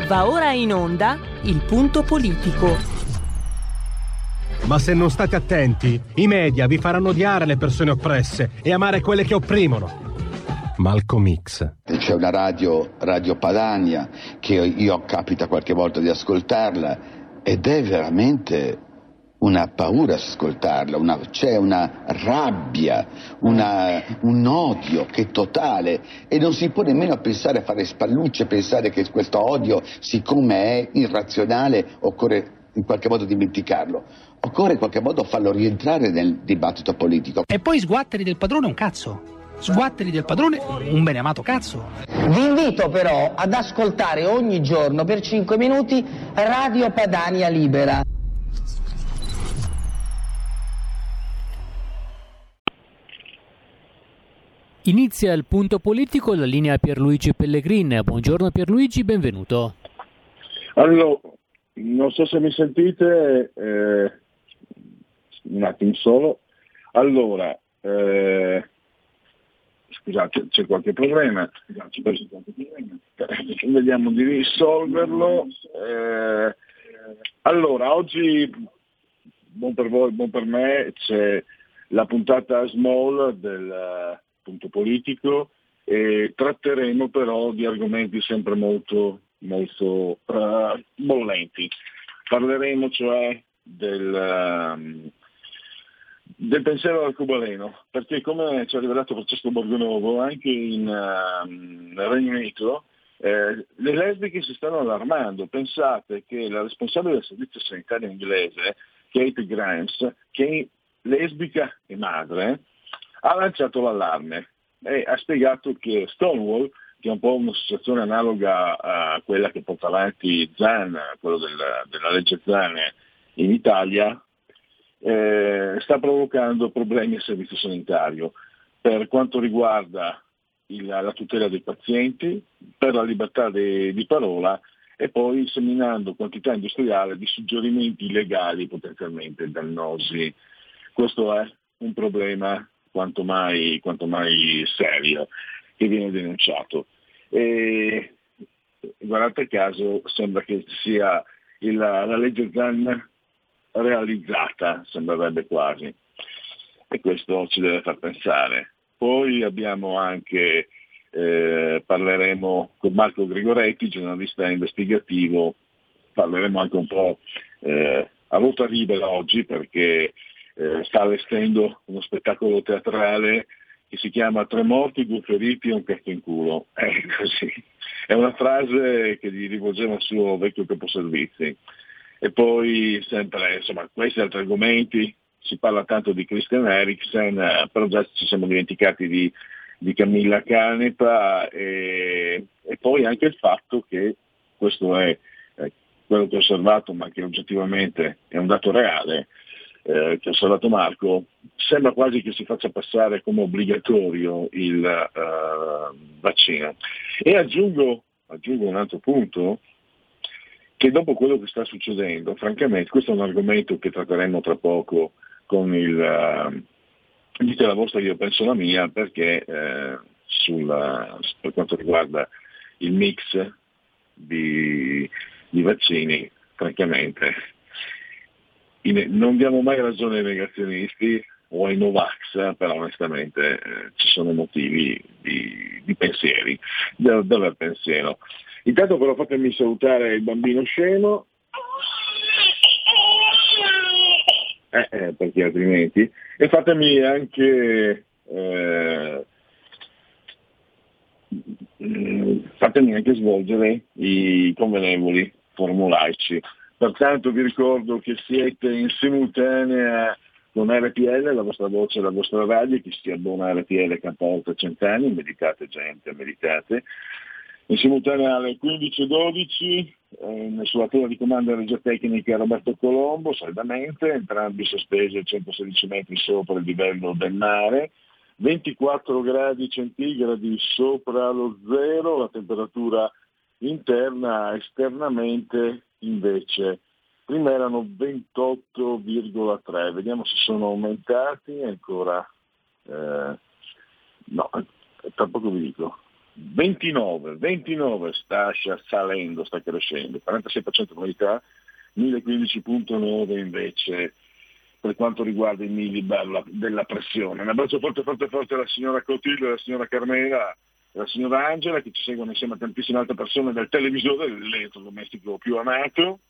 Va ora in onda Il Punto Politico. Ma se non state attenti, i media vi faranno odiare le persone oppresse e amare quelle che opprimono. Malcolm X. C'è una Radio Padania, che io capita qualche volta di ascoltarla, ed è veramente una paura ascoltarla, c'è una rabbia, un odio che è totale, e non si può nemmeno pensare a fare spallucce, pensare che questo odio, siccome è irrazionale, occorre in qualche modo dimenticarlo, occorre in qualche modo farlo rientrare nel dibattito politico. E poi sguatteri del padrone un cazzo. Sguatteri del padrone un beneamato cazzo. Vi invito però ad ascoltare ogni giorno per 5 minuti Radio Padania Libera. Inizia Il Punto Politico, la linea Pierluigi Pellegrin. Buongiorno Pierluigi, benvenuto. Allora, non so se mi sentite, un attimo solo. Allora, scusate, c'è qualche problema. Vediamo di risolverlo. Allora, oggi, buon per voi, buon per me, c'è la puntata small del Punto Politico e tratteremo però di argomenti sempre molto bollenti. Parleremo cioè del pensiero arcobaleno, perché come ci ha rivelato Francesco Borgonovo anche nel Regno Unito, le lesbiche si stanno allarmando. Pensate che la responsabile del servizio sanitario inglese, Kate Grimes, che è lesbica e madre, ha lanciato l'allarme e ha spiegato che Stonewall, che è un po' un'associazione analoga a quella che porta avanti Zan, quello della legge Zan in Italia, sta provocando problemi al servizio sanitario per quanto riguarda la tutela dei pazienti, per la libertà di parola, e poi seminando quantità industriale di suggerimenti illegali potenzialmente dannosi. Questo è un problema quanto mai serio che viene denunciato. E guardate caso, sembra che sia la legge Zan realizzata, sembrerebbe quasi, e questo ci deve far pensare. Poi abbiamo anche, parleremo con Marco Gregoretti, giornalista investigativo, parleremo anche un po' a ruota libera oggi, perché sta allestendo uno spettacolo teatrale che si chiama Tre morti, due feriti e un cazzo in culo. È così. È una frase che gli rivolgeva al suo vecchio caposervizi. E poi sempre, insomma, questi altri argomenti, si parla tanto di Christian Eriksen, però già ci siamo dimenticati di Camilla Canepa, e poi anche il fatto che, questo è quello che ho osservato, ma che oggettivamente è un dato reale, che ha osservato Marco, sembra quasi che si faccia passare come obbligatorio il vaccino. E aggiungo un altro punto, che dopo quello che sta succedendo, francamente, questo è un argomento che tratteremo tra poco con dite la vostra, io penso la mia, perché per quanto riguarda il mix di vaccini, francamente, non diamo mai ragione ai negazionisti o ai Novax, però onestamente ci sono motivi di pensieri, del pensiero. Intanto però fatemi salutare il bambino scemo, perché altrimenti, e fatemi anche svolgere i convenevoli formulaici. Pertanto vi ricordo che siete in simultanea con RPL, la vostra voce, la vostra radio, chi si abbona a RPL campa oltre 100 anni, meditate gente, meditate. In simultanea alle 15.12, sulla torre di comando della regia tecnica Roberto Colombo, saldamente, entrambi sospesi a 116 metri sopra il livello del mare, 24 gradi centigradi sopra lo zero, la temperatura interna, esternamente invece prima erano 28,3, vediamo se sono aumentati ancora, no, tra poco vi dico. 29 sta salendo, sta crescendo, 46% novità, 1015.9 invece per quanto riguarda i millibar della pressione. Un abbraccio forte alla signora Cotillo, alla signora Carmela, alla signora Angela, che ci seguono insieme a tantissime altre persone del televisore, l'elettrodomestico più amato.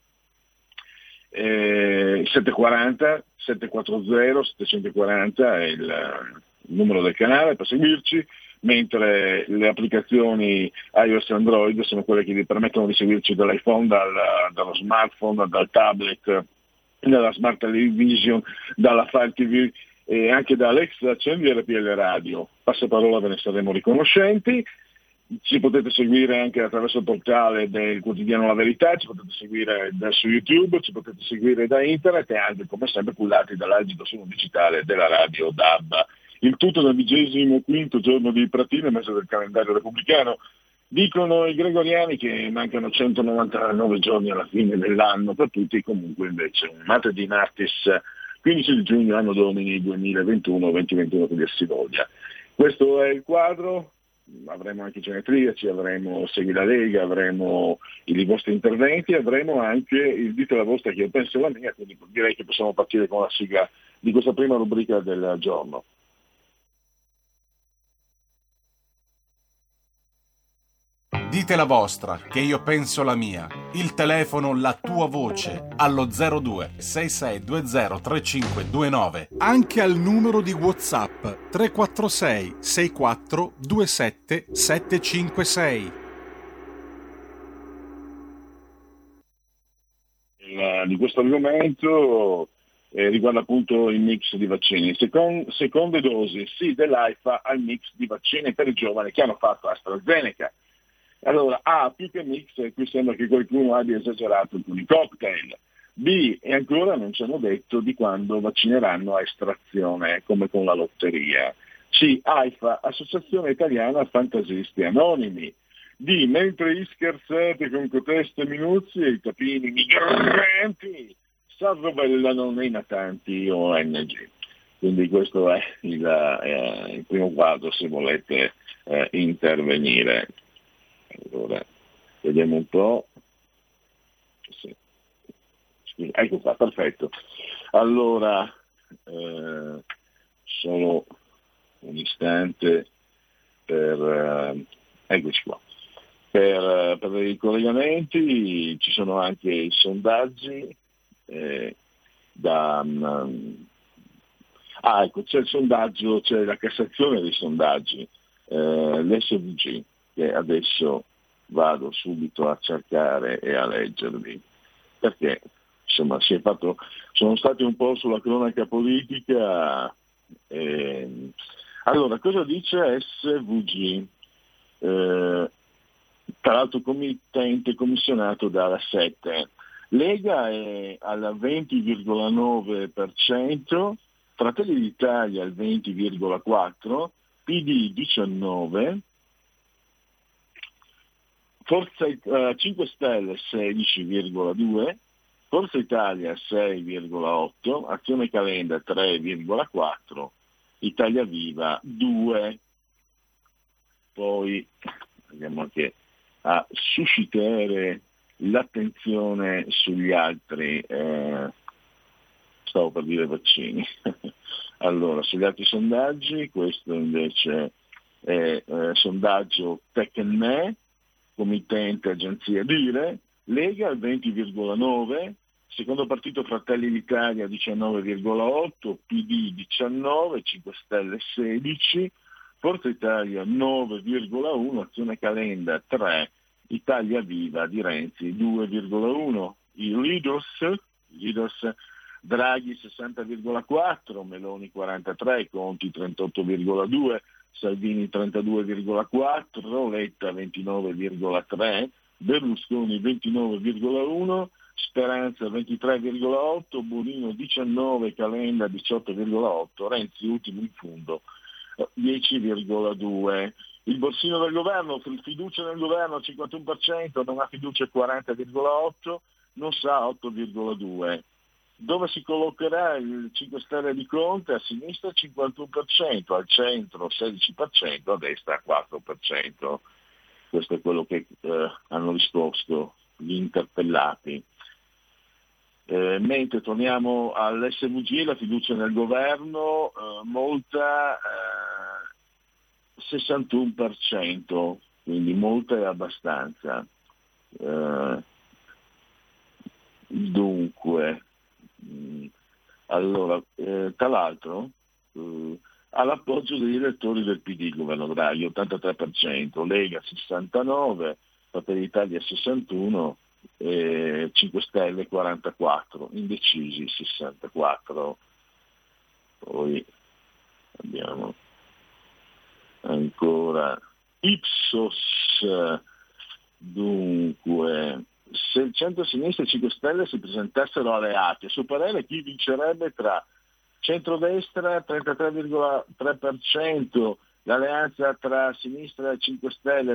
740 740 740 è il numero del canale per seguirci, mentre le applicazioni iOS e Android sono quelle che vi permettono di seguirci dall'iPhone, dallo smartphone, dal tablet, dalla smart television, dalla Fire TV e anche da Alexa. Accendi RPL Radio, passaparola, ve ne saremo riconoscenti. Ci potete seguire anche attraverso il portale del quotidiano La Verità, ci potete seguire su YouTube, ci potete seguire da internet e anche come sempre cullati dall'algido suono digitale della radio DAB. Il tutto nel 25° giorno di Pratino, mese del calendario repubblicano. Dicono i gregoriani che mancano 199 giorni alla fine dell'anno per tutti, comunque invece un martedì martis 15 di giugno anno domini 2021 che dir si voglia. Questo è il quadro. Avremo anche i genetriaci, avremo Segui la Lega, avremo i vostri interventi, avremo anche il dite la vostra che io penso la mia, quindi direi che possiamo partire con la sigla di questa prima rubrica del giorno. Dite la vostra, che io penso la mia. Il telefono, la tua voce, allo 02 6620 3529. Anche al numero di WhatsApp 346 64 27 756. Di questo argomento riguarda appunto il mix di vaccini. Seconde dosi sì dell'AIFA al mix di vaccini per i giovani che hanno fatto AstraZeneca. Allora, A, più che mix, qui sembra che qualcuno abbia esagerato con i cocktail. B, e ancora non ci hanno detto di quando vaccineranno a estrazione, come con la lotteria. C, AIFA, Associazione Italiana Fantasisti Anonimi. D, mentre i scherzate con coteste minuzie, i tapini migranti s'arrovellano nei natanti ONG. Quindi questo è il primo quadro, se volete intervenire. Allora, vediamo un po'. Sì. Ecco qua, perfetto. Allora, solo un istante eccoci qua. Per i collegamenti ci sono anche i sondaggi ecco, c'è il sondaggio, c'è la Cassazione dei sondaggi, l'SVG, che adesso vado subito a cercare e a leggervi, perché insomma sono stati un po' sulla cronaca politica. Allora, cosa dice SVG? Tra l'altro commissionato dalla 7. Lega è al 20,9%, Fratelli d'Italia al 20,4%, PD 19%, Forza 5 Stelle 16,2%, Forza Italia 6,8%, Azione Calenda 3,4%, Italia Viva 2%. Poi andiamo anche a suscitare l'attenzione sugli altri, stavo per dire vaccini. Allora, sugli altri sondaggi, questo invece è sondaggio Tecne, committente agenzia Dire, Lega al 20,9%, secondo partito Fratelli d'Italia 19,8%, PD 19%, 5 Stelle 16%, Forza Italia 9,1%, Azione Calenda 3%, Italia Viva di Renzi 2,1%, i leaders Draghi 60,4%, Meloni 43%, Conti 38,2%, Salvini 32,4%, Letta 29,3%, Berlusconi 29,1%, Speranza 23,8%, Bonino 19%, Calenda 18,8%, Renzi ultimo in fondo 10,2%. Il borsino del governo, fiducia nel governo al 51%, non ha fiducia al 40,8%, non sa 8,2%. Dove si collocherà il 5 Stelle di Conte? A sinistra 51%, al centro 16%, a destra 4%. Questo è quello che hanno risposto gli interpellati. Mentre torniamo all'SVG, la fiducia nel governo, molta 61%, quindi molta e abbastanza. Dunque, allora, tra l'altro, all'appoggio degli elettori del PD il governo Draghi, 83%, Lega 69%, Fratelli d'Italia 61%, 5 Stelle 44%, indecisi 64%. Poi abbiamo ancora Ipsos, dunque, se il centro-sinistra e 5 Stelle si presentassero alleati, a suo parere chi vincerebbe tra centrodestra 33,3%, l'alleanza tra sinistra e 5 Stelle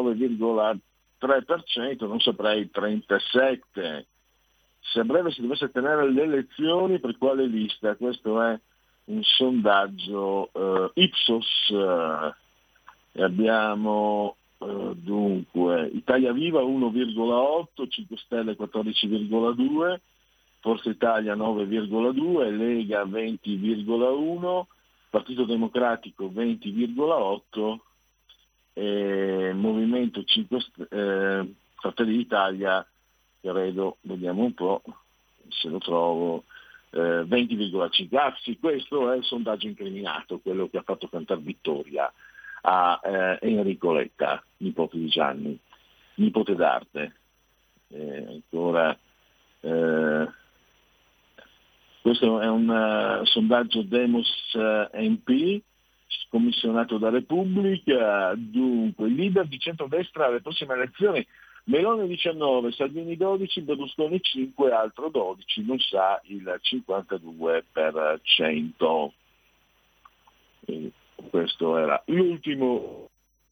29,3%, non saprei 37%. Se a breve si dovesse tenere le elezioni, per quale lista? Questo è un sondaggio Ipsos. E abbiamo dunque Italia Viva 1,8%, 5 Stelle 14,2%, Forza Italia 9,2%, Lega 20,1%, Partito Democratico 20,8%, Movimento 5 Fratelli d'Italia, credo, vediamo un po' se lo trovo, 20,5%. Ah sì, questo è il sondaggio incriminato, quello che ha fatto cantare vittoria a Enrico Letta, nipote di Gianni, nipote d'arte. Ancora, questo è un sondaggio Demos MP, commissionato da Repubblica. Dunque, il leader di centrodestra alle prossime elezioni, Meloni 19, Salvini 12, Berlusconi 5, altro 12, non sa il 52%. E questo era l'ultimo.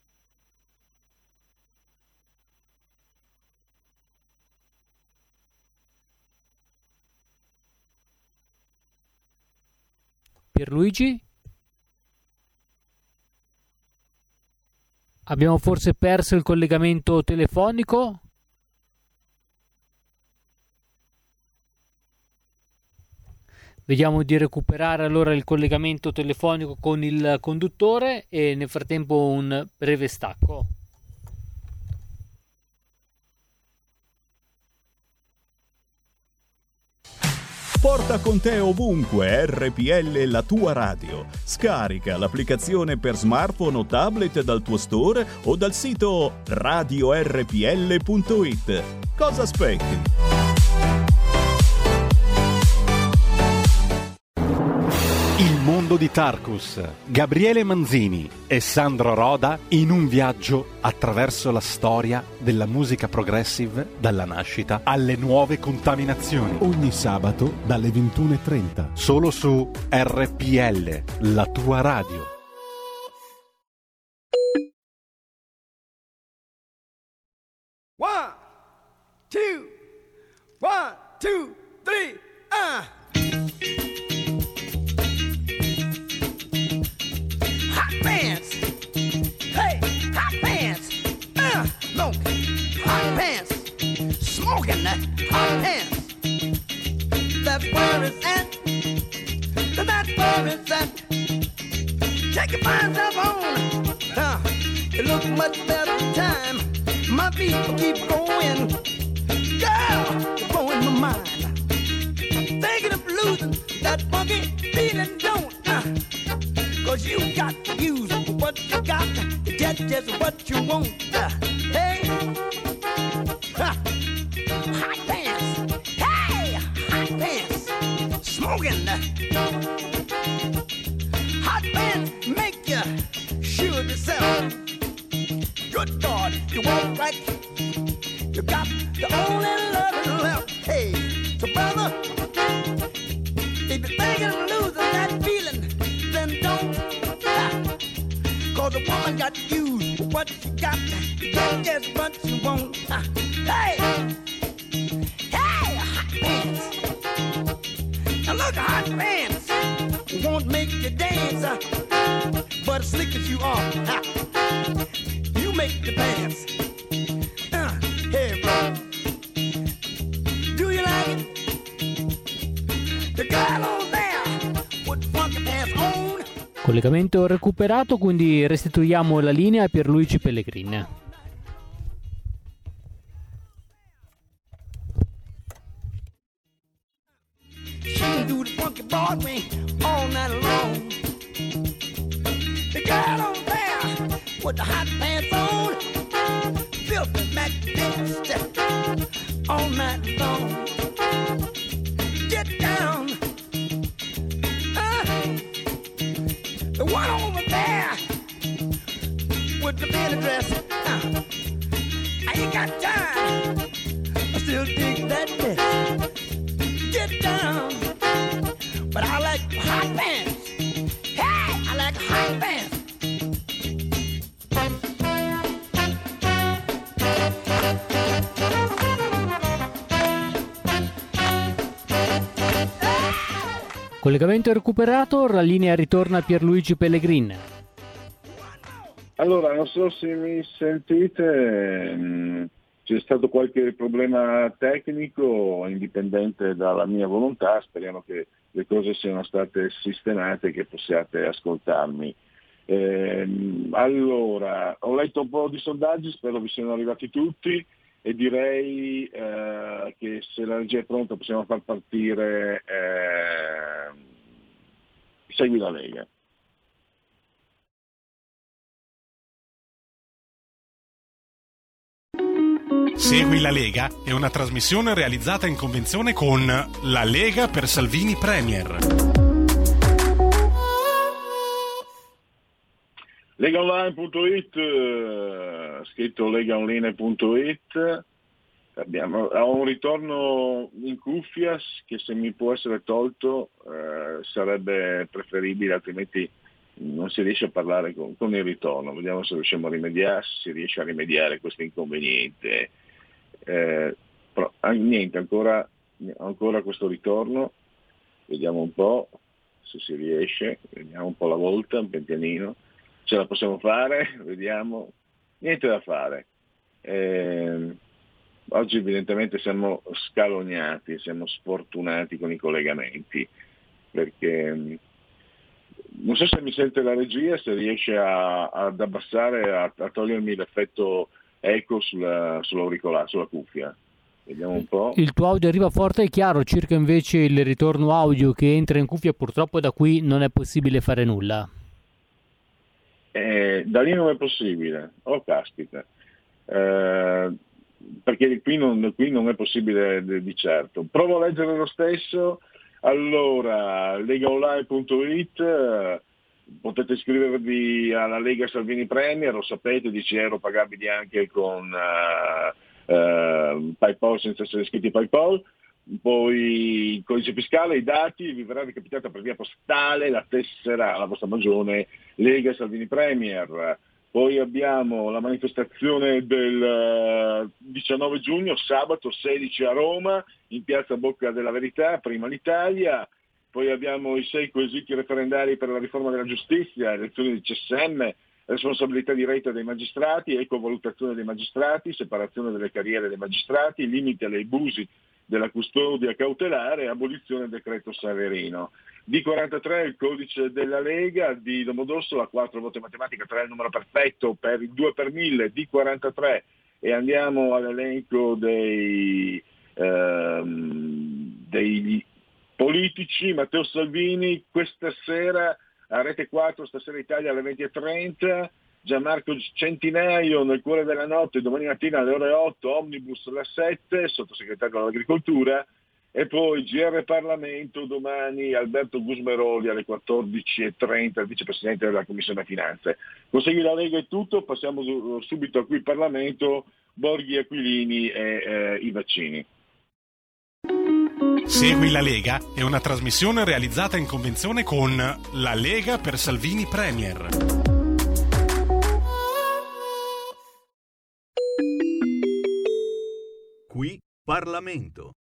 Pierluigi? Abbiamo forse perso il collegamento telefonico? Vediamo di recuperare allora il collegamento telefonico con il conduttore e nel frattempo un breve stacco. Porta con te ovunque RPL, la tua radio. Scarica l'applicazione per smartphone o tablet dal tuo store o dal sito radiorpl.it. Cosa aspetti? Il mondo di Tarkus, Gabriele Manzini e Sandro Roda in un viaggio attraverso la storia della musica progressive dalla nascita alle nuove contaminazioni. Ogni sabato dalle 21:30. Solo su RPL, la tua radio. One, two, three, Hot pants. Hey, hot pants. No, hot pants. Smoking that hot pants. That's where it's at. That's where it's at. Take your fine stuff on. It looks much better time. My feet will keep going. Girl, you're blowing my mind. Thinking of losing that funky feeling, don't. 'Cause you got to use what you got to get just what you want. Hey, hot pants. Hey, hot pants. Smoking. Hot pants make you sure of yourself. Good God, you walk right. You got the only love left. Hey, so brother, if you're thinking of losing that feeling, then don't. 'Cause a woman got to use what she got to get just what she wants. Hey, hey, hot pants. Now look, hot pants won't make you dance, but as slick as you are, you make the pants. Hey, bro, do you like it? The girl on there with funky pants on. Collegamento recuperato, quindi restituiamo la linea a Pierluigi Pellegrin. She can do the funky Broadway all night long. The girl on there with the hot pants on, filthy Mac Dexter all night long. Get down, the one over there with the belly dress. I ain't got time, I still dig that dress. Get down, but I like hot pants. Hey, I like hot pants. Collegamento recuperato, la linea ritorna a Pierluigi Pellegrin. Allora, non so se mi sentite, c'è stato qualche problema tecnico indipendente dalla mia volontà, speriamo che le cose siano state sistemate e che possiate ascoltarmi. Allora, ho letto un po' di sondaggi, spero vi siano arrivati tutti e direi che se la regia è pronta possiamo far partire Segui la Lega. Segui la Lega è una trasmissione realizzata in convenzione con La Lega per Salvini Premier. Legaonline.it, scritto legaonline.it. Ho un ritorno in cuffia che se mi può essere tolto sarebbe preferibile, altrimenti non si riesce a parlare con il ritorno. Vediamo se riusciamo a rimediare, se si riesce a rimediare questo inconveniente. Però, niente, ancora questo ritorno, vediamo un po' se si riesce, vediamo un po' alla volta, un pianino, ce la possiamo fare, vediamo, niente da fare. Oggi evidentemente siamo scalognati, siamo sfortunati con i collegamenti, perché non so se mi sente la regia, se riesce ad abbassare, a togliermi l'effetto eco sull'auricolare, sulla cuffia. Vediamo un po'. Il tuo audio arriva forte e chiaro, circa invece il ritorno audio che entra in cuffia, purtroppo da qui non è possibile fare nulla. Da lì non è possibile, caspita. Perché qui non è possibile di certo. Provo a leggere lo stesso. Allora, legaonline.it, potete iscrivervi alla Lega Salvini Premier, lo sapete, 10 euro pagabili anche con PayPal senza essere iscritti a PayPal. Poi il codice fiscale, i dati, vi verrà recapitata per via postale la tessera alla vostra magione Lega Salvini Premier. Poi abbiamo la manifestazione del 19 giugno, sabato 16 a Roma, in piazza Bocca della Verità, prima l'Italia. Poi abbiamo i 6 quesiti referendari per la riforma della giustizia, elezioni del CSM, responsabilità diretta dei magistrati, ecovalutazione dei magistrati, separazione delle carriere dei magistrati, limite alle abusi della custodia cautelare e abolizione del decreto Saverino. D43 il codice della Lega, di Domodossola 4 voto in matematica, 3 è il numero perfetto per il 2 per 1000, D43 e andiamo all'elenco dei politici. Matteo Salvini questa sera a Rete 4, Stasera Italia alle 20:30, Gianmarco Centinaio nel cuore della notte, domani mattina alle ore 8, Omnibus alle 7, sottosegretario all'agricoltura, e poi GR Parlamento domani Alberto Gusmeroli alle 14:30, il vicepresidente della Commissione Finanze. Con Segui la Lega è tutto, passiamo subito a qui il Parlamento, Borghi Aquilini e i vaccini. Segui la Lega è una trasmissione realizzata in convenzione con La Lega per Salvini Premier. Qui Parlamento.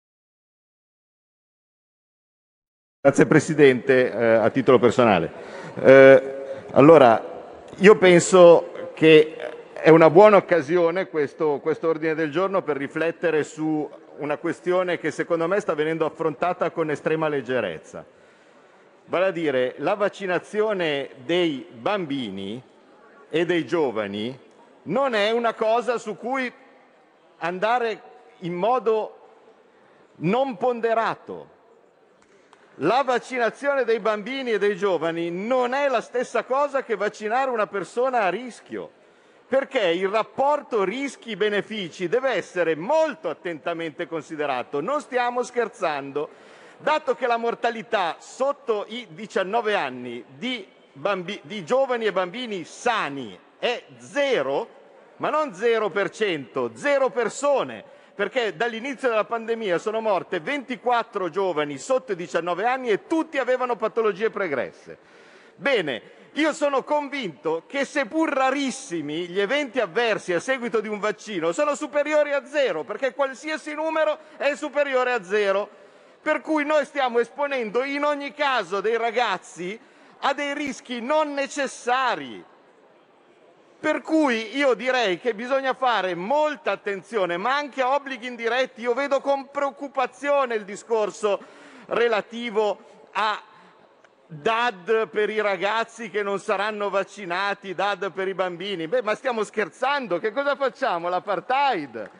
Grazie Presidente, a titolo personale. Allora, io penso che è una buona occasione questo ordine del giorno per riflettere su una questione che secondo me sta venendo affrontata con estrema leggerezza. Vale a dire, la vaccinazione dei bambini e dei giovani non è una cosa su cui andare in modo non ponderato. La vaccinazione dei bambini e dei giovani non è la stessa cosa che vaccinare una persona a rischio, perché il rapporto rischi-benefici deve essere molto attentamente considerato. Non stiamo scherzando, dato che la mortalità sotto i 19 anni di giovani e bambini sani è 0, ma non 0%, 0 persone. Perché dall'inizio della pandemia sono morte 24 giovani sotto i 19 anni e tutti avevano patologie pregresse. Bene, io sono convinto che seppur rarissimi gli eventi avversi a seguito di un vaccino sono superiori a 0, perché qualsiasi numero è superiore a 0. Per cui noi stiamo esponendo in ogni caso dei ragazzi a dei rischi non necessari. Per cui io direi che bisogna fare molta attenzione, ma anche a obblighi indiretti. Io vedo con preoccupazione il discorso relativo a DAD per i ragazzi che non saranno vaccinati, DAD per i bambini. Ma stiamo scherzando? Che cosa facciamo? L'apartheid?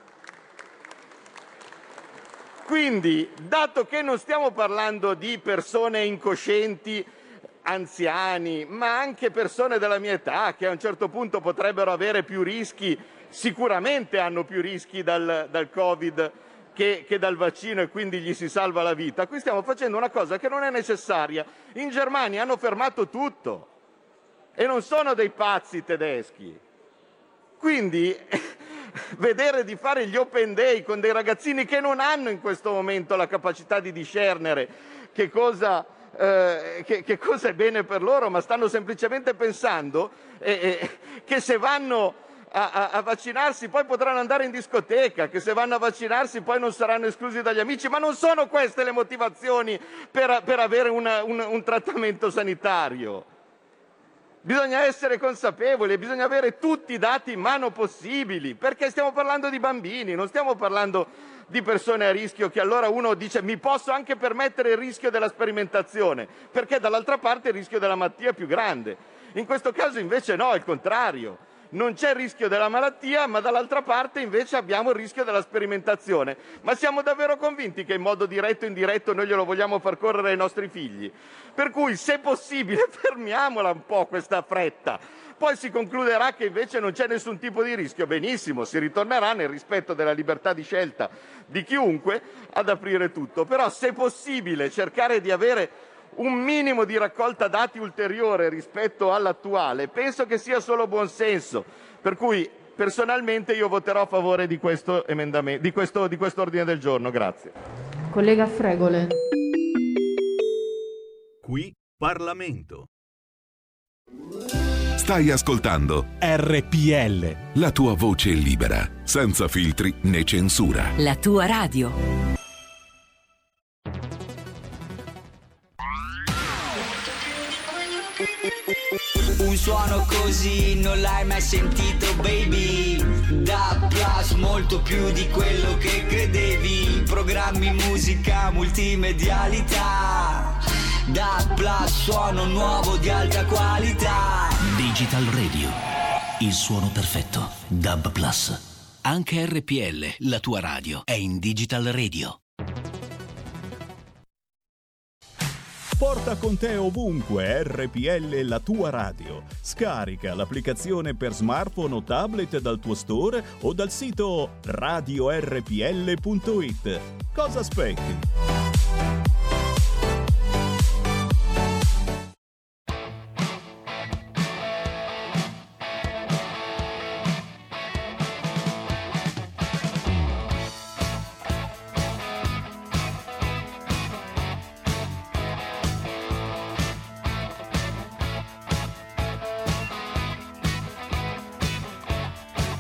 Quindi, dato che non stiamo parlando di persone incoscienti, anziani, ma anche persone della mia età che a un certo punto potrebbero avere più rischi, sicuramente hanno più rischi dal Covid che dal vaccino e quindi gli si salva la vita. Qui stiamo facendo una cosa che non è necessaria. In Germania hanno fermato tutto e non sono dei pazzi tedeschi. Quindi vedere di fare gli open day con dei ragazzini che non hanno in questo momento la capacità di discernere che cosa è bene per loro, ma stanno semplicemente pensando che se vanno a vaccinarsi poi potranno andare in discoteca, che se vanno a vaccinarsi poi non saranno esclusi dagli amici, ma non sono queste le motivazioni per avere un trattamento sanitario. Bisogna essere consapevoli, bisogna avere tutti i dati in mano possibili, perché stiamo parlando di bambini, non stiamo parlando di persone a rischio, che allora uno dice mi posso anche permettere il rischio della sperimentazione, perché dall'altra parte il rischio della malattia è più grande. In questo caso invece no, è il contrario. Non c'è il rischio della malattia, ma dall'altra parte invece abbiamo il rischio della sperimentazione. Ma siamo davvero convinti che in modo diretto o indiretto noi glielo vogliamo far correre ai nostri figli? Per cui, se possibile, fermiamola un po' questa fretta. Poi si concluderà che invece non c'è nessun tipo di rischio. Benissimo, si ritornerà nel rispetto della libertà di scelta di chiunque ad aprire tutto. Però, se possibile, cercare di avere un minimo di raccolta dati ulteriore rispetto all'attuale, penso che sia solo buonsenso. Per cui, personalmente, io voterò a favore di questo emendamento, di questo ordine del giorno. Grazie. Collega Fregolent. Qui Parlamento. Stai ascoltando RPL. La tua voce libera, senza filtri né censura. La tua radio. Un suono così non l'hai mai sentito, baby. Da Plus, molto più di quello che credevi. Programmi, musica, multimedialità. Da Plus, suono nuovo di alta qualità. Digital Radio, il suono perfetto. DAB Plus. Anche RPL, la tua radio, è in Digital Radio. Porta con te ovunque RPL, la tua radio. Scarica l'applicazione per smartphone o tablet dal tuo store o dal sito radiorpl.it. Cosa aspetti?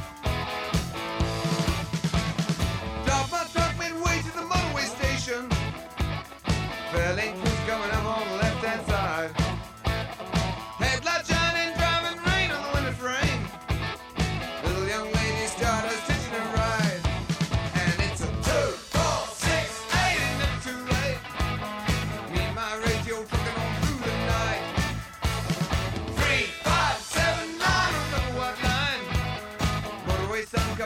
Drive my truck midway to the motorway station.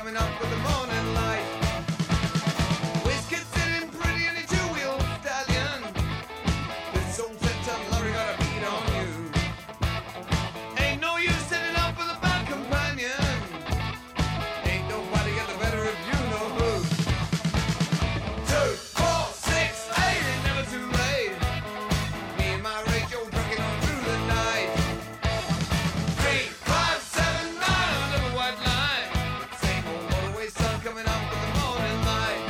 coming up with the morning light. Whiskey sitting pretty in a two-wheel stallion. This old set-top lorry got a beat on you. Ain't no use sitting up with a bad companion. Ain't nobody got the better if you know who. 2, 4, 6, 8, ain't never too late. Me and my radio trucking on through the night. 3, 5, 7, 9, under the white line. Same old motorway sun coming up with the morning light.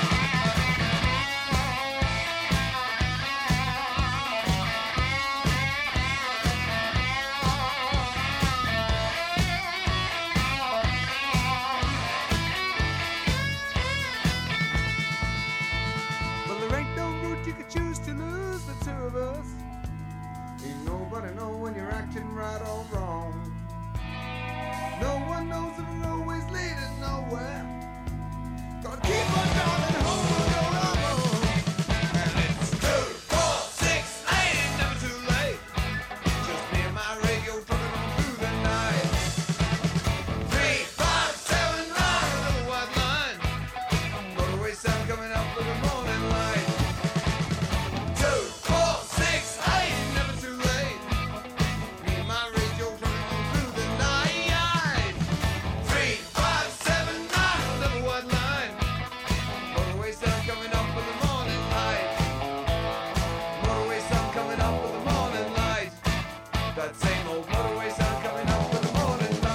Well, there ain't no route you could choose to lose the two of us. Ain't nobody know when you're acting right or wrong. No one knows if the roadway's leading nowhere. Gotta keep on driving home and go on. And it's 2, 4, 6, 8, ain't never too late. Just me and my radio trucking on through the night. 3, 5, 7, 9, another white line. Motorway sun coming up with the morning light. 2, 4, 6, 8, ain't never too late. Me and my radio trucking on through the night. 3, 5, 7, 9, another white line. Motorway sun coming up with the morning light. Motorway sun coming up with the morning light. That same old motorway sun coming up with the morning light.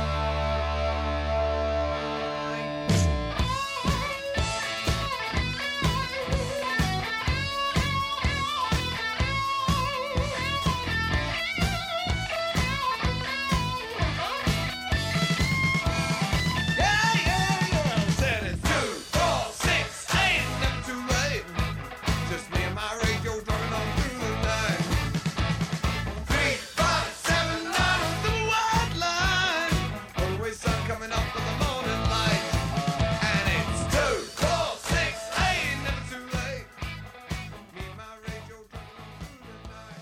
Yeah, yeah, yeah. Said it's 2, 4, 6, 8, never too late. Just me and my radio driving on through the night. 3, 5, 7, 9, under the white line. Motorway sun coming up with the morning light. And it's 2, 4, 6, 8, never too late. Me and my radio driving on through the night.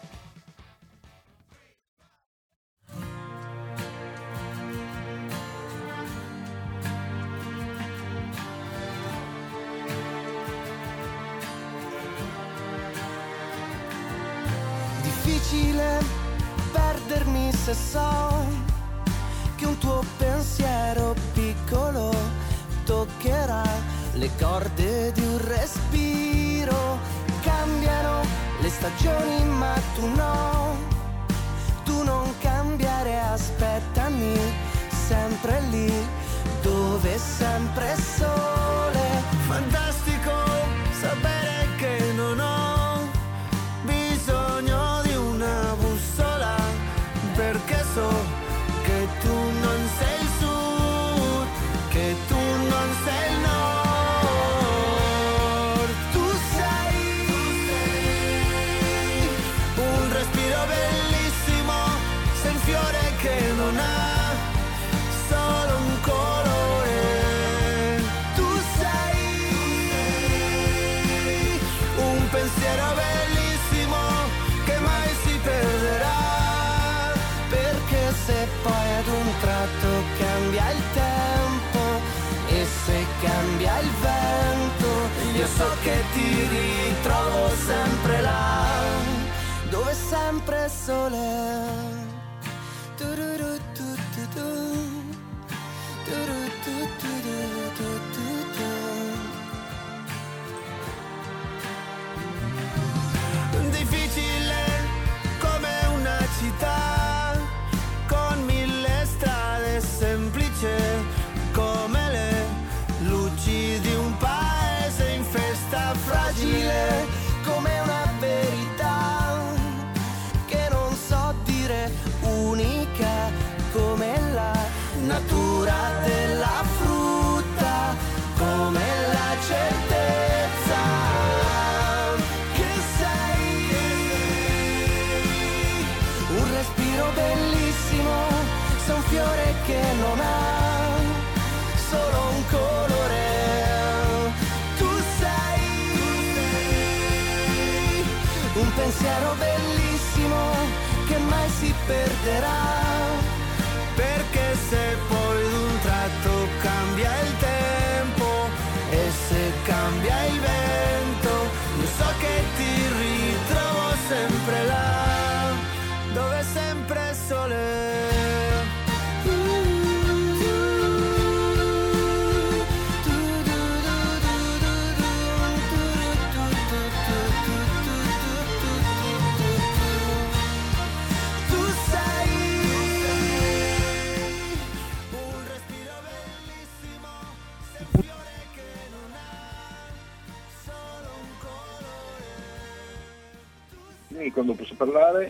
Difficile perdermi se so che un tuo pensiero piccolo toccherà le corde di un respiro. Cambiano le stagioni ma tu no, tu non cambiare, aspettami sempre lì dove sempre sole. Fantastico sapere che non ho bisogno di una bussola, perché so che tu non sei il sud, che tu non sei il nord. Tu sei un respiro bellissimo, sei un fiore che non ha solo un colore. Tu sei un pensiero bellissimo che mai si perderà, perché se poi ad un tratto cambia il tempo e se cambia il vento, io so che ti ritrovo sempre là dove sempre è sole. Difficile come una città con 1000 strade, semplice come le luci di un paese in festa, fragile come una verità che non so dire, unica come la natura della frutta, come la certezza che sei un respiro bellissimo, sei un fiore che non ha solo un colore. Tu sei un pensiero bellissimo che mai si perderà, perché se poi d'un tratto cambia dimmi quando posso parlare.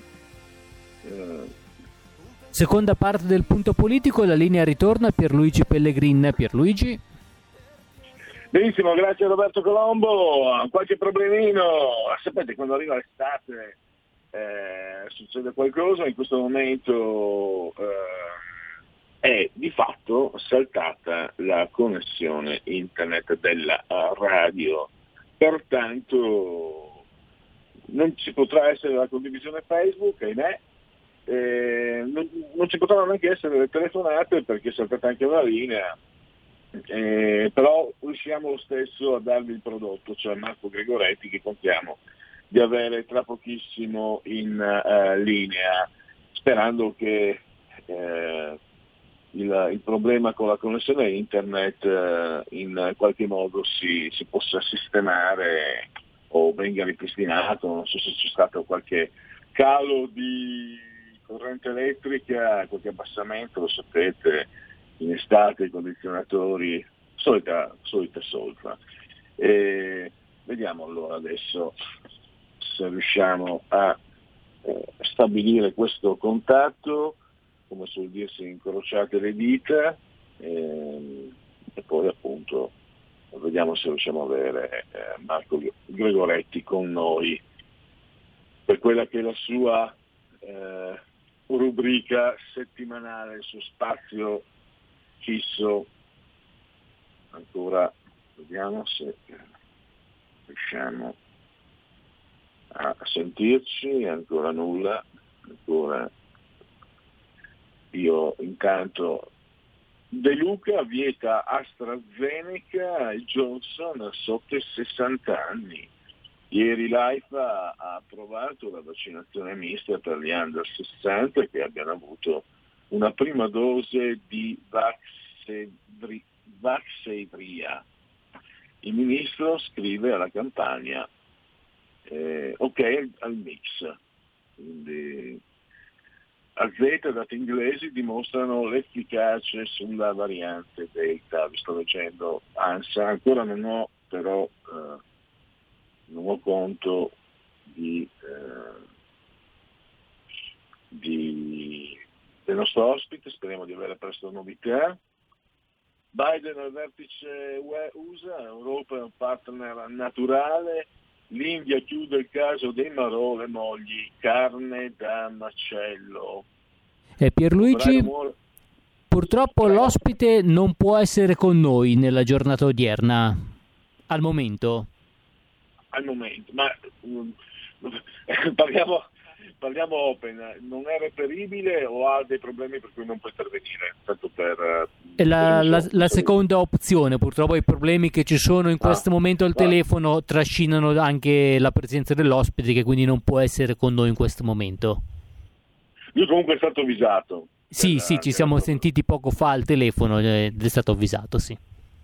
Seconda parte del punto politico, la linea ritorna a Pierluigi Pellegrin. Pierluigi? Benissimo, grazie a Roberto Colombo. Qualche problemino, sapete, quando arriva l'estate succede qualcosa. In questo momento è di fatto saltata la connessione internet della radio, pertanto non ci potrà essere la condivisione Facebook, ahimè. Non ci potranno neanche essere le telefonate perché è saltata anche una linea, però riusciamo lo stesso a darvi il prodotto, cioè Marco Gregoretti, che contiamo di avere tra pochissimo in linea, sperando che il problema con la connessione internet in qualche modo si possa sistemare o venga ripristinato. Non so se c'è stato qualche calo di corrente elettrica, qualche abbassamento, lo sapete, in estate i condizionatori, solita solfa. Vediamo allora adesso se riusciamo a stabilire questo contatto, come suol dirsi, incrociate le dita, e poi appunto vediamo se riusciamo a avere Marco Gregoretti con noi per quella che è la sua rubrica settimanale, il suo spazio fisso. Ancora vediamo se riusciamo a sentirci, ancora nulla, ancora. Io intanto De Luca vieta AstraZeneca e Johnson sotto i 60 anni. Ieri l'AIFA ha approvato la vaccinazione mista per gli under 60 che abbiano avuto una prima dose di Vaxzevria. Il ministro scrive alla campagna ok al mix. Quindi AZ, dati inglesi, dimostrano l'efficacia sulla variante Delta. Vi sto leggendo ANSA, ancora non ho però conto del nostro ospite, speriamo di avere presto novità. Biden al vertice UE-USA, Europa è un partner naturale, l'India chiude il caso dei Marò, le mogli, carne da macello. Pierluigi, purtroppo l'ospite non può essere con noi nella giornata odierna, al momento. Ma parliamo open, non è reperibile o ha dei problemi per cui non può intervenire? Tanto per la seconda opzione, purtroppo i problemi che ci sono in questo momento al telefono trascinano anche la presenza dell'ospite, che quindi non può essere con noi in questo momento. Lui comunque è stato avvisato. Sì, ci siamo sentiti poco fa al telefono ed è stato avvisato, sì.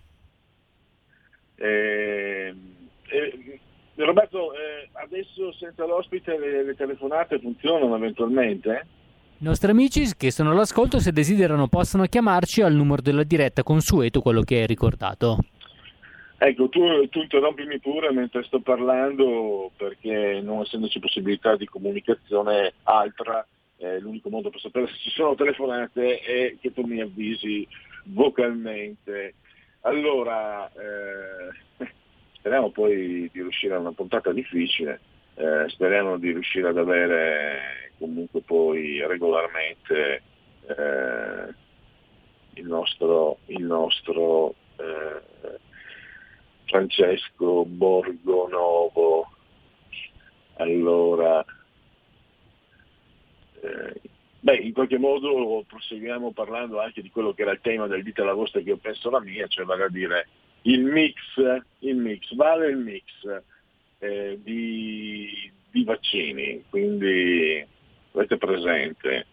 Roberto, adesso senza l'ospite le telefonate funzionano eventualmente? I nostri amici che sono all'ascolto, se desiderano, possono chiamarci al numero della diretta consueto, quello che hai ricordato. Ecco, tu interrompimi pure mentre sto parlando, perché non essendoci possibilità di comunicazione altra, l'unico modo per sapere se ci sono telefonate è che tu mi avvisi vocalmente. Allora, speriamo poi di riuscire a una puntata difficile, speriamo di riuscire ad avere comunque poi regolarmente il nostro Francesco Borgonovo. Allora, in qualche modo proseguiamo parlando anche di quello che era il tema del dite la vostra che io penso la mia, cioè vale a dire il mix, vale il mix di vaccini, quindi avete presente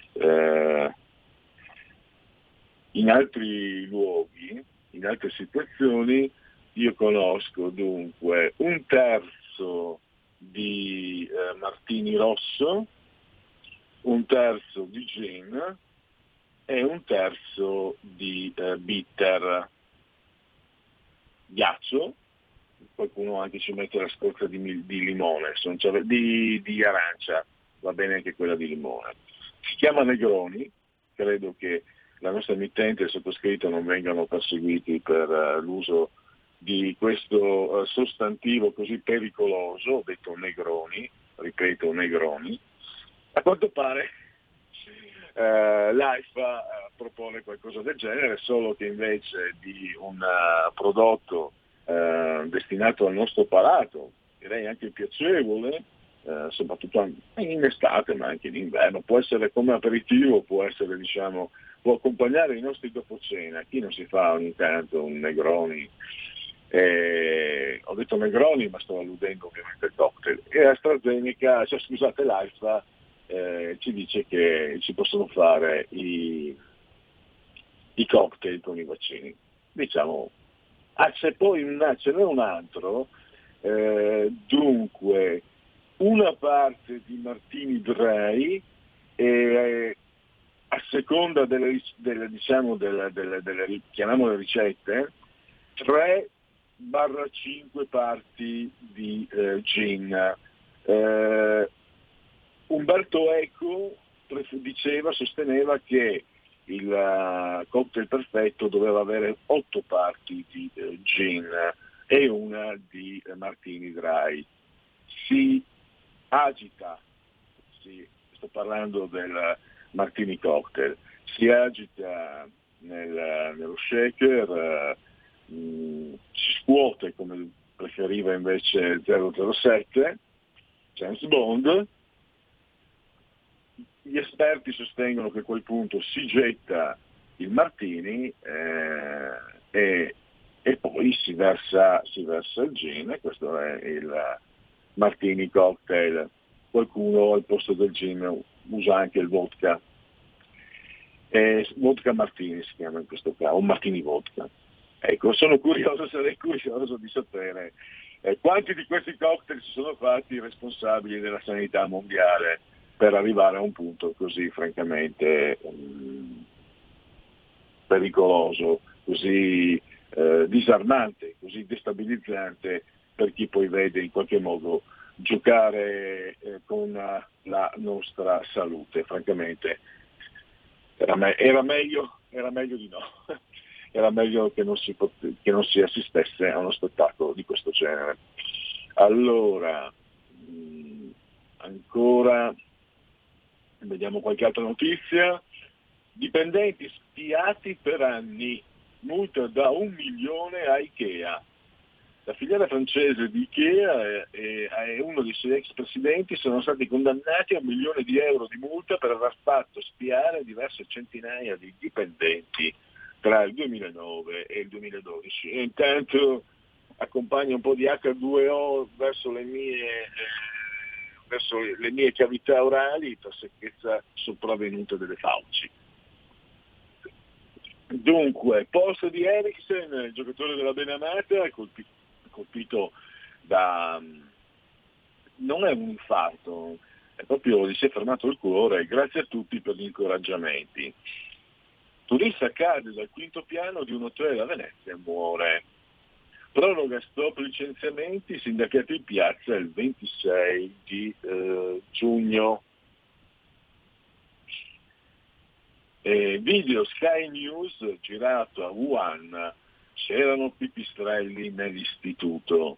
in altri luoghi, in altre situazioni, io conosco dunque un terzo di Martini Rosso, un terzo di gin e un terzo di bitter, ghiaccio, qualcuno anche ci mette la scorza di limone, di arancia, va bene anche quella di limone. Si chiama Negroni, credo che la nostra emittente e il sottoscritto non vengano perseguiti per l'uso di questo sostantivo così pericoloso, detto Negroni, ripeto Negroni. A quanto pare l'AIFA propone qualcosa del genere, solo che invece di un prodotto destinato al nostro palato, direi anche piacevole, soprattutto in estate ma anche in inverno, può essere come aperitivo, può essere, diciamo, può accompagnare i nostri dopo cena. Chi non si fa ogni tanto un Negroni? Ho detto Negroni ma sto alludendo ovviamente al cocktail. E AstraZeneca, scusate, l'AIFA ci dice che si possono fare i cocktail con i vaccini. Diciamo, ce n'è un altro, dunque una parte di Martini Dry a seconda delle chiamiamole ricette, 3-5 parti di gin. Umberto Eco sosteneva che il cocktail perfetto doveva avere 8 parti di gin e una di Martini Dry. Si agita, sto parlando del Martini cocktail, si agita nello shaker, si scuote come preferiva invece 007, James Bond. Gli esperti sostengono che a quel punto si getta il Martini e poi si versa il gin, questo è il Martini cocktail. Qualcuno al posto del gin usa anche il vodka, vodka Martini si chiama in questo caso, o Martini vodka. Ecco, sarei curioso di sapere quanti di questi cocktail si sono fatti responsabili della sanità mondiale per arrivare a un punto così francamente pericoloso, così disarmante, così destabilizzante per chi poi vede in qualche modo giocare con la nostra salute. Francamente era meglio di no. Era meglio che non si assistesse a uno spettacolo di questo genere. Allora, ancora vediamo qualche altra notizia. Dipendenti spiati per anni, multa da 1 milione a Ikea. La filiale francese di Ikea e uno dei suoi ex presidenti sono stati condannati a 1 milione di euro di multa per aver fatto spiare diverse centinaia di dipendenti tra il 2009 e il 2012. E intanto accompagno un po' di H2O verso le mie cavità orali per secchezza sopravvenuta delle fauci. Dunque, post di Eriksen, il giocatore della Benamata, colpito da... non è un infarto, è proprio gli si è fermato il cuore. Grazie a tutti per gli incoraggiamenti. Turista cade dal 5º piano di un hotel a Venezia e muore. Proroga stop licenziamenti, sindacati in piazza il 26 di giugno. Video Sky News girato a Wuhan, c'erano pipistrelli nell'istituto.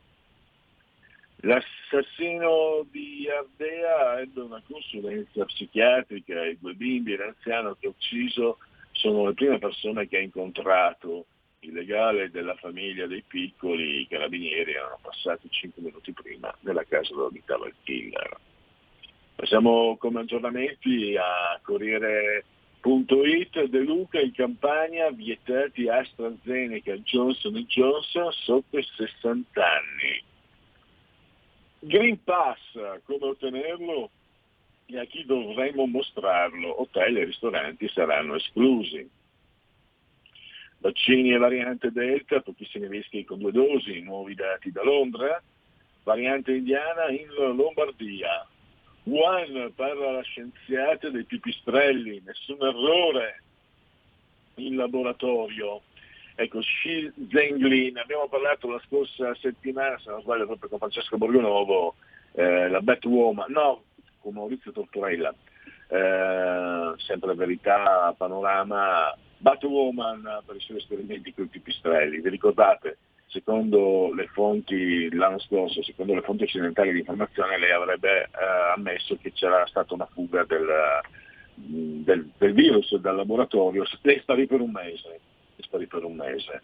L'assassino di Ardea ebbe una consulenza psichiatrica e 2 bimbi e l'anziano che ha ucciso sono le prime persone che ha incontrato. Il legale della famiglia dei piccoli, i carabinieri erano passati 5 minuti prima nella casa dove abitava il killer. Passiamo come aggiornamenti a Corriere.it. De Luca in Campania, vietati AstraZeneca e Johnson & Johnson sotto i 60 anni. Green Pass, come ottenerlo e a chi dovremmo mostrarlo? Hotel e ristoranti saranno esclusi. Vaccini e variante Delta, pochissimi rischi con 2 dosi, nuovi dati da Londra. Variante indiana in Lombardia. Wuhan, parla la scienziata dei pipistrelli, nessun errore in laboratorio. Ecco, Xi Zhenglin, abbiamo parlato la scorsa settimana, se non sbaglio proprio con Francesco Borgonovo, la Batwoman, no, con Maurizio Tortorella, sempre Verità, Panorama, Batwoman per i suoi esperimenti con i pipistrelli. Vi ricordate? Secondo le fonti l'anno scorso, secondo le fonti occidentali di informazione, lei avrebbe ammesso che c'era stata una fuga del virus dal laboratorio. Lei sparì per un mese,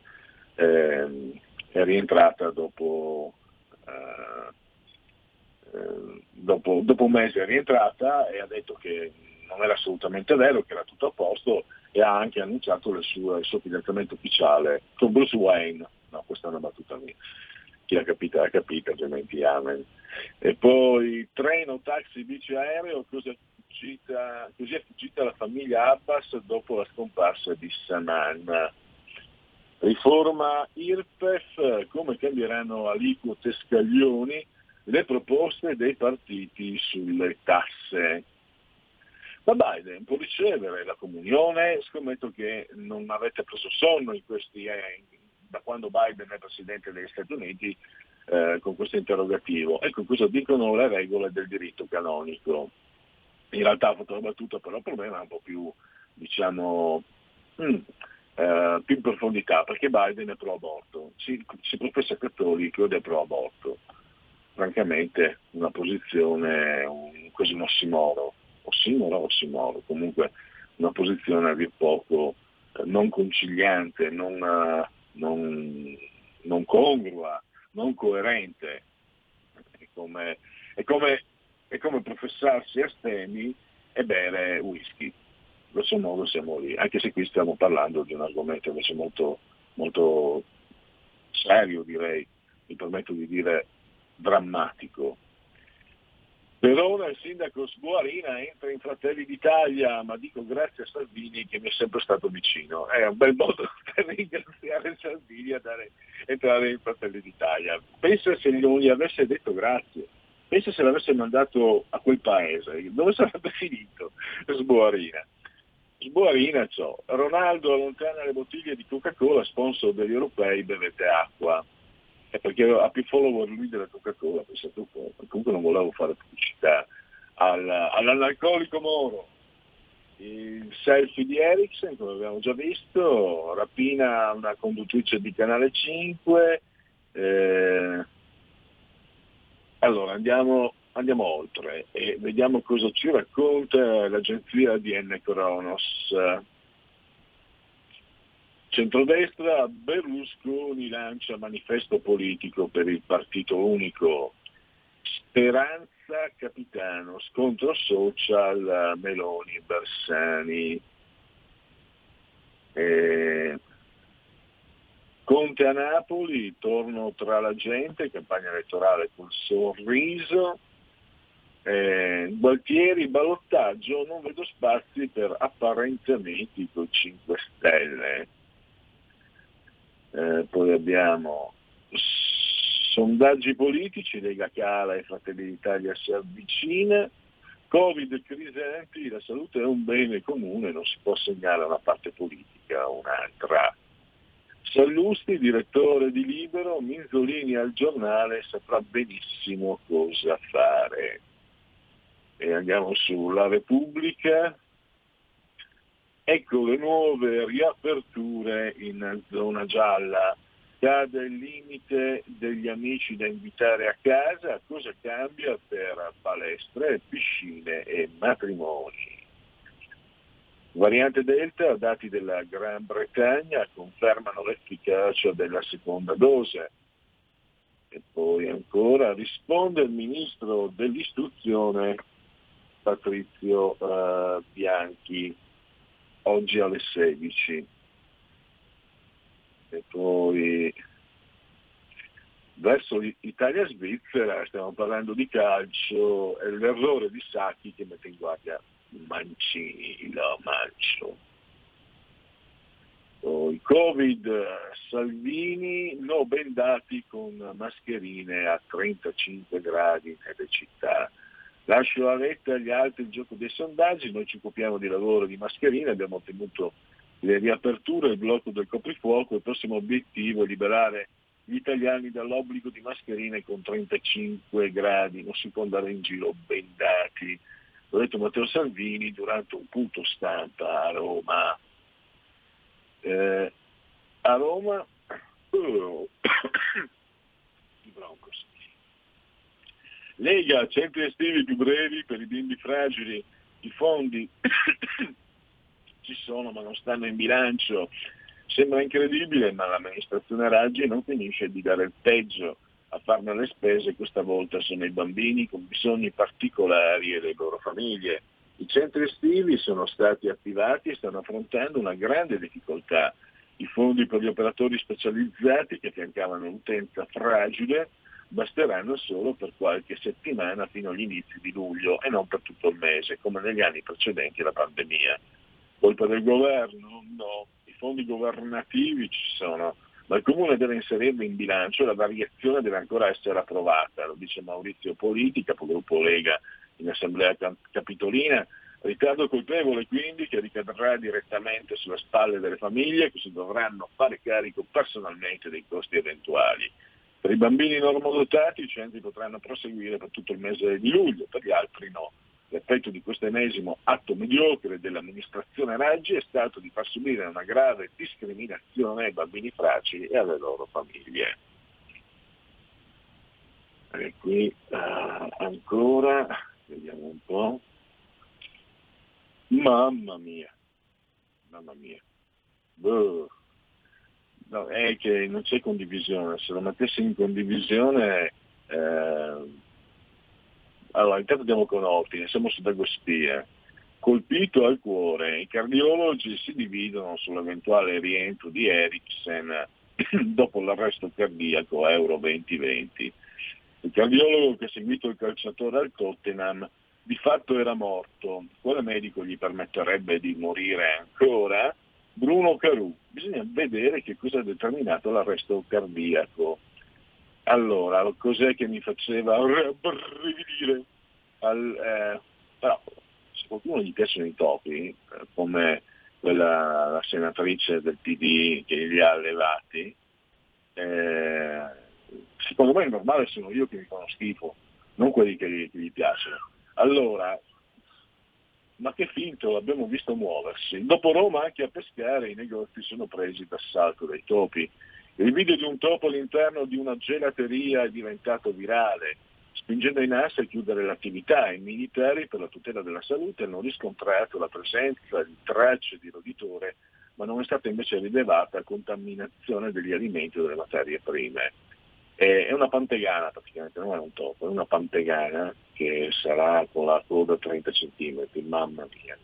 è rientrata dopo un mese, è rientrata e ha detto che non era assolutamente vero, che era tutto a posto, e ha anche annunciato il suo fidanzamento ufficiale con Bruce Wayne. No, questa è una battuta mia, chi ha capito, altrimenti amen. E poi treno, taxi, bici, aereo, così è fuggita la famiglia Abbas dopo la scomparsa di Sanan. Riforma IRPEF, come cambieranno aliquote e scaglioni, le proposte dei partiti sulle tasse. Ma Biden può ricevere la comunione? Scommetto che non avete preso sonno in questi da quando Biden è presidente degli Stati Uniti con questo interrogativo. Ecco cosa dicono le regole del diritto canonico. In realtà ho fatto la battuta, però il problema è un po' più, diciamo, più in profondità, perché Biden è pro-aborto, si professa cattolico ed è pro-aborto. Francamente una posizione, quasi un ossimoro, comunque una posizione a dir poco non conciliante, non congrua, non coerente. È come professarsi astemi e bere whisky. Grosso modo siamo lì, anche se qui stiamo parlando di un argomento invece molto, molto serio, direi, mi permetto di dire drammatico. Per ora il sindaco Sguarina entra in Fratelli d'Italia, ma dico grazie a Salvini che mi è sempre stato vicino. È un bel modo per ringraziare Salvini a entrare in Fratelli d'Italia. Pensa se non gli avesse detto grazie, pensa se l'avesse mandato a quel paese, dove sarebbe finito Sguarina? Sguarina Ronaldo allontana le bottiglie di Coca-Cola, sponsor degli europei, bevete acqua. È perché ha più follower lui della Coca-Cola, pensate un po'. Comunque non volevo fare pubblicità all'analcolico Moro. Il selfie di Ericsson, come abbiamo già visto, rapina una conduttrice di Canale 5. Allora andiamo oltre e vediamo cosa ci racconta l'agenzia ADN Kronos. Centrodestra, Berlusconi lancia manifesto politico per il partito unico. Speranza Capitano, scontro social, Meloni e Bersani. Conte a Napoli, torno tra la gente, campagna elettorale col sorriso. Gualtieri, ballottaggio, non vedo spazi per apparentamenti con 5 Stelle. Poi abbiamo sondaggi politici, Lega cala e Fratelli d'Italia si avvicina. Covid, crisanti, la salute è un bene comune, non si può assegnare a una parte politica o un'altra. Sallusti, direttore di Libero, Minzolini al Giornale, saprà benissimo cosa fare. E andiamo sulla Repubblica. Ecco le nuove riaperture in zona gialla. Cade il limite degli amici da invitare a casa, cosa cambia per palestre, piscine e matrimoni. Variante Delta, dati della Gran Bretagna confermano l'efficacia della seconda dose. E poi ancora risponde il ministro dell'istruzione Patrizio Bianchi oggi alle 16. E poi verso Italia-Svizzera, stiamo parlando di calcio, è l'errore di Sacchi che mette in guardia Mancini, lo Mancio. Poi Covid, Salvini, no bendati con mascherine a 35 gradi nelle città. Lascio a Letta agli altri il gioco dei sondaggi, noi ci occupiamo di lavoro di mascherine, abbiamo ottenuto le riaperture e il blocco del coprifuoco. Il prossimo obiettivo è liberare gli italiani dall'obbligo di mascherine con 35 gradi, non si può andare in giro bendati. L'ha detto Matteo Salvini durante un punto stampa a Roma. A Roma i Broncos. Lega, centri estivi più brevi per i bimbi fragili, i fondi ci sono ma non stanno in bilancio. Sembra incredibile, ma l'amministrazione Raggi non finisce di dare il peggio. A farne le spese questa volta sono i bambini con bisogni particolari e le loro famiglie. I centri estivi sono stati attivati e stanno affrontando una grande difficoltà. I fondi per gli operatori specializzati che affiancavano l'utenza fragile basteranno solo per qualche settimana fino agli inizi di luglio e non per tutto il mese, come negli anni precedenti alla pandemia. Colpa del governo? No. I fondi governativi ci sono, ma il Comune deve inserirli in bilancio e la variazione deve ancora essere approvata, lo dice Maurizio Politi, capogruppo Lega in Assemblea Capitolina. Ritardo colpevole quindi che ricadrà direttamente sulle spalle delle famiglie che si dovranno fare carico personalmente dei costi eventuali. Per i bambini normodotati i centri potranno proseguire per tutto il mese di luglio, per gli altri no. L'effetto di questo ennesimo atto mediocre dell'amministrazione Raggi è stato di far subire una grave discriminazione ai bambini fragili e alle loro famiglie. E qui ancora, vediamo un po'. Mamma mia. Boh. No, è che non c'è condivisione. Se lo mettessi in condivisione, allora intanto andiamo con ordine, siamo su Dagospia. Colpito al cuore, i cardiologi si dividono sull'eventuale rientro di Eriksen dopo l'arresto cardiaco Euro 2020. Il cardiologo che ha seguito il calciatore al Tottenham di fatto era morto. Quale medico gli permetterebbe di morire ancora? Bruno Carù. Bisogna vedere che cosa ha determinato l'arresto cardiaco. Allora, cos'è che mi faceva rabbrividire? Però, se qualcuno gli piacciono i topi, come la senatrice del PD che li ha allevati, secondo me è normale, sono io che mi fanno schifo, non quelli che gli piacciono. Allora, ma che finto, l'abbiamo visto muoversi. Dopo Roma anche a Pescara i negozi sono presi d'assalto dai topi. Il video di un topo all'interno di una gelateria è diventato virale, spingendo i NAS a chiudere l'attività. I militari per la tutela della salute hanno riscontrato la presenza di tracce di roditore, ma non è stata invece rilevata contaminazione degli alimenti o delle materie prime. È una pantegana praticamente, non è un topo, è una pantegana che sarà con la coda 30 centimetri, mamma mia,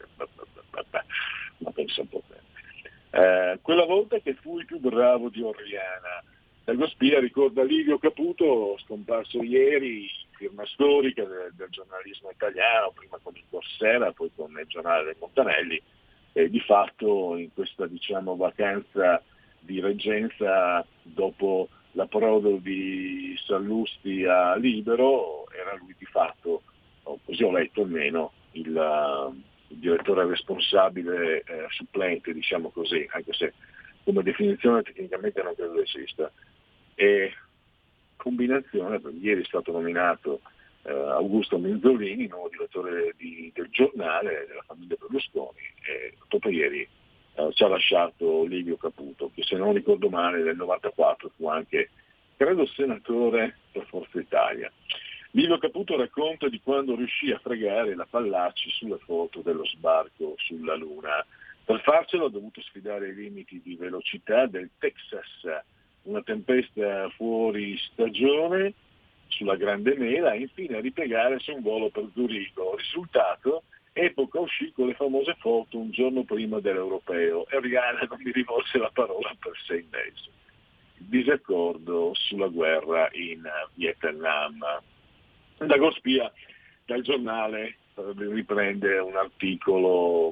ma pensa un po' bene. Quella volta che fui più bravo di Orriana. Dagospia ricorda Livio Caputo, scomparso ieri, firma storica del giornalismo italiano, prima con il Corsera, poi con il giornale del Montanelli, e di fatto in questa vacanza di reggenza dopo l'approdo di Sallusti a Libero, era lui di fatto, così ho letto almeno, il direttore responsabile supplente, diciamo così, anche se come definizione tecnicamente non credo esista. E combinazione, perché ieri è stato nominato Augusto Menzolini, nuovo direttore del giornale della famiglia Berlusconi, e dopo ieri ci ha lasciato Livio Caputo, che se non ricordo male nel 94 fu anche, credo, senatore per Forza Italia. Livio Caputo racconta di quando riuscì a fregare la Pallacci sulle foto dello sbarco sulla Luna. Per farcelo ha dovuto sfidare i limiti di velocità del Texas, una tempesta fuori stagione sulla Grande Mela e infine a ripiegare su un volo per Zurigo. Risultato? Epoca uscì con le famose foto un giorno prima dell'Europeo e Rihanna non mi rivolse la parola per 6 mesi. Il disaccordo sulla guerra in Vietnam. Dagospia dal giornale riprende un articolo,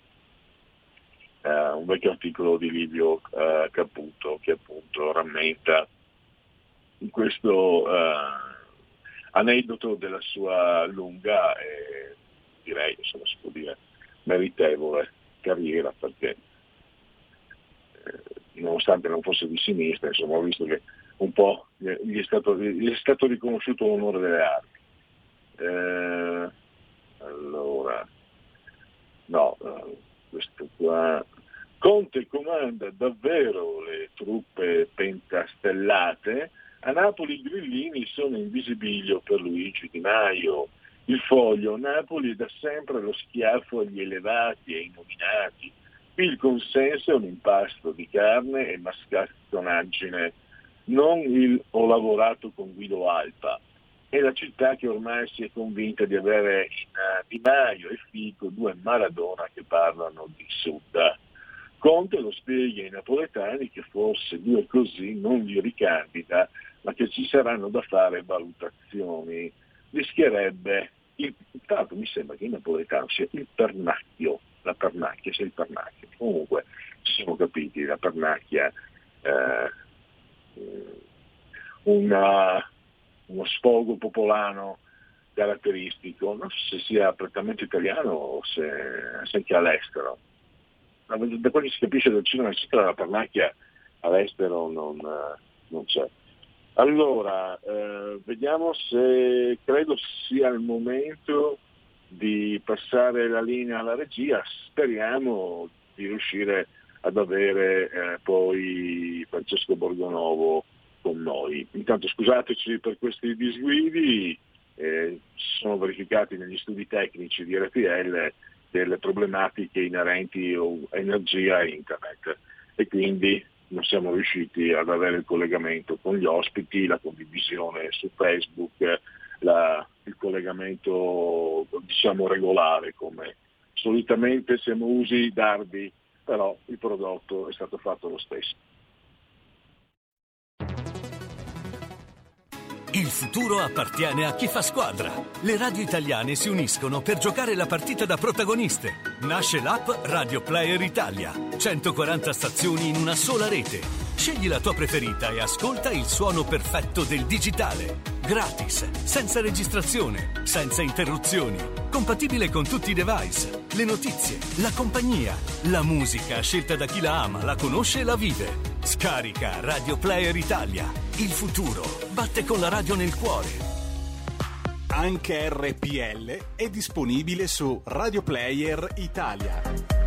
un vecchio articolo di Livio Caputo, che appunto rammenta in questo aneddoto della sua lunga e direi, insomma, si può dire, meritevole carriera, perché nonostante non fosse di sinistra, insomma ho visto che un po' gli è stato riconosciuto l'onore delle armi. Allora, no, questo qua. Conte comanda davvero le truppe pentastellate. A Napoli i grillini sono in visibilio per Luigi Di Maio. Il Foglio: Napoli è da sempre lo schiaffo agli elevati e ai nominati. Qui il consenso è un impasto di carne e mascarponaggine, non il ho lavorato con Guido Alpa. È la città che ormai si è convinta di avere in Di Maio e Fico due Maradona che parlano di Sud. Conte lo spiega ai napoletani che forse due così non li ricandida, ma che ci saranno da fare valutazioni. Rischierebbe, intanto mi sembra che il napoletano sia il pernacchio, la pernacchia sia il pernacchio. Comunque ci siamo capiti, la pernacchia uno sfogo popolano caratteristico, non so se sia prettamente italiano o se anche all'estero. Da quello che si capisce del cinema eccetera, la pernacchia all'estero non c'è. Allora, vediamo se credo sia il momento di passare la linea alla regia. Speriamo di riuscire ad avere poi Francesco Borgonovo con noi. Intanto scusateci per questi disguidi, sono verificati negli studi tecnici di RPL delle problematiche inerenti a energia e internet e quindi non siamo riusciti ad avere il collegamento con gli ospiti, la condivisione su Facebook, il collegamento diciamo regolare come solitamente siamo usi darvi, però il prodotto è stato fatto lo stesso. Il futuro appartiene a chi fa squadra. Le radio italiane si uniscono per giocare la partita da protagoniste. Nasce l'app Radio Player Italia. 140 stazioni in una sola rete. Scegli la tua preferita e ascolta il suono perfetto del digitale. Gratis, senza registrazione, senza interruzioni. Compatibile con tutti i device. Le notizie, la compagnia, la musica scelta da chi la ama, la conosce e la vive. Scarica Radio Player Italia. Il futuro batte con la radio nel cuore. Anche RPL è disponibile su Radio Player Italia.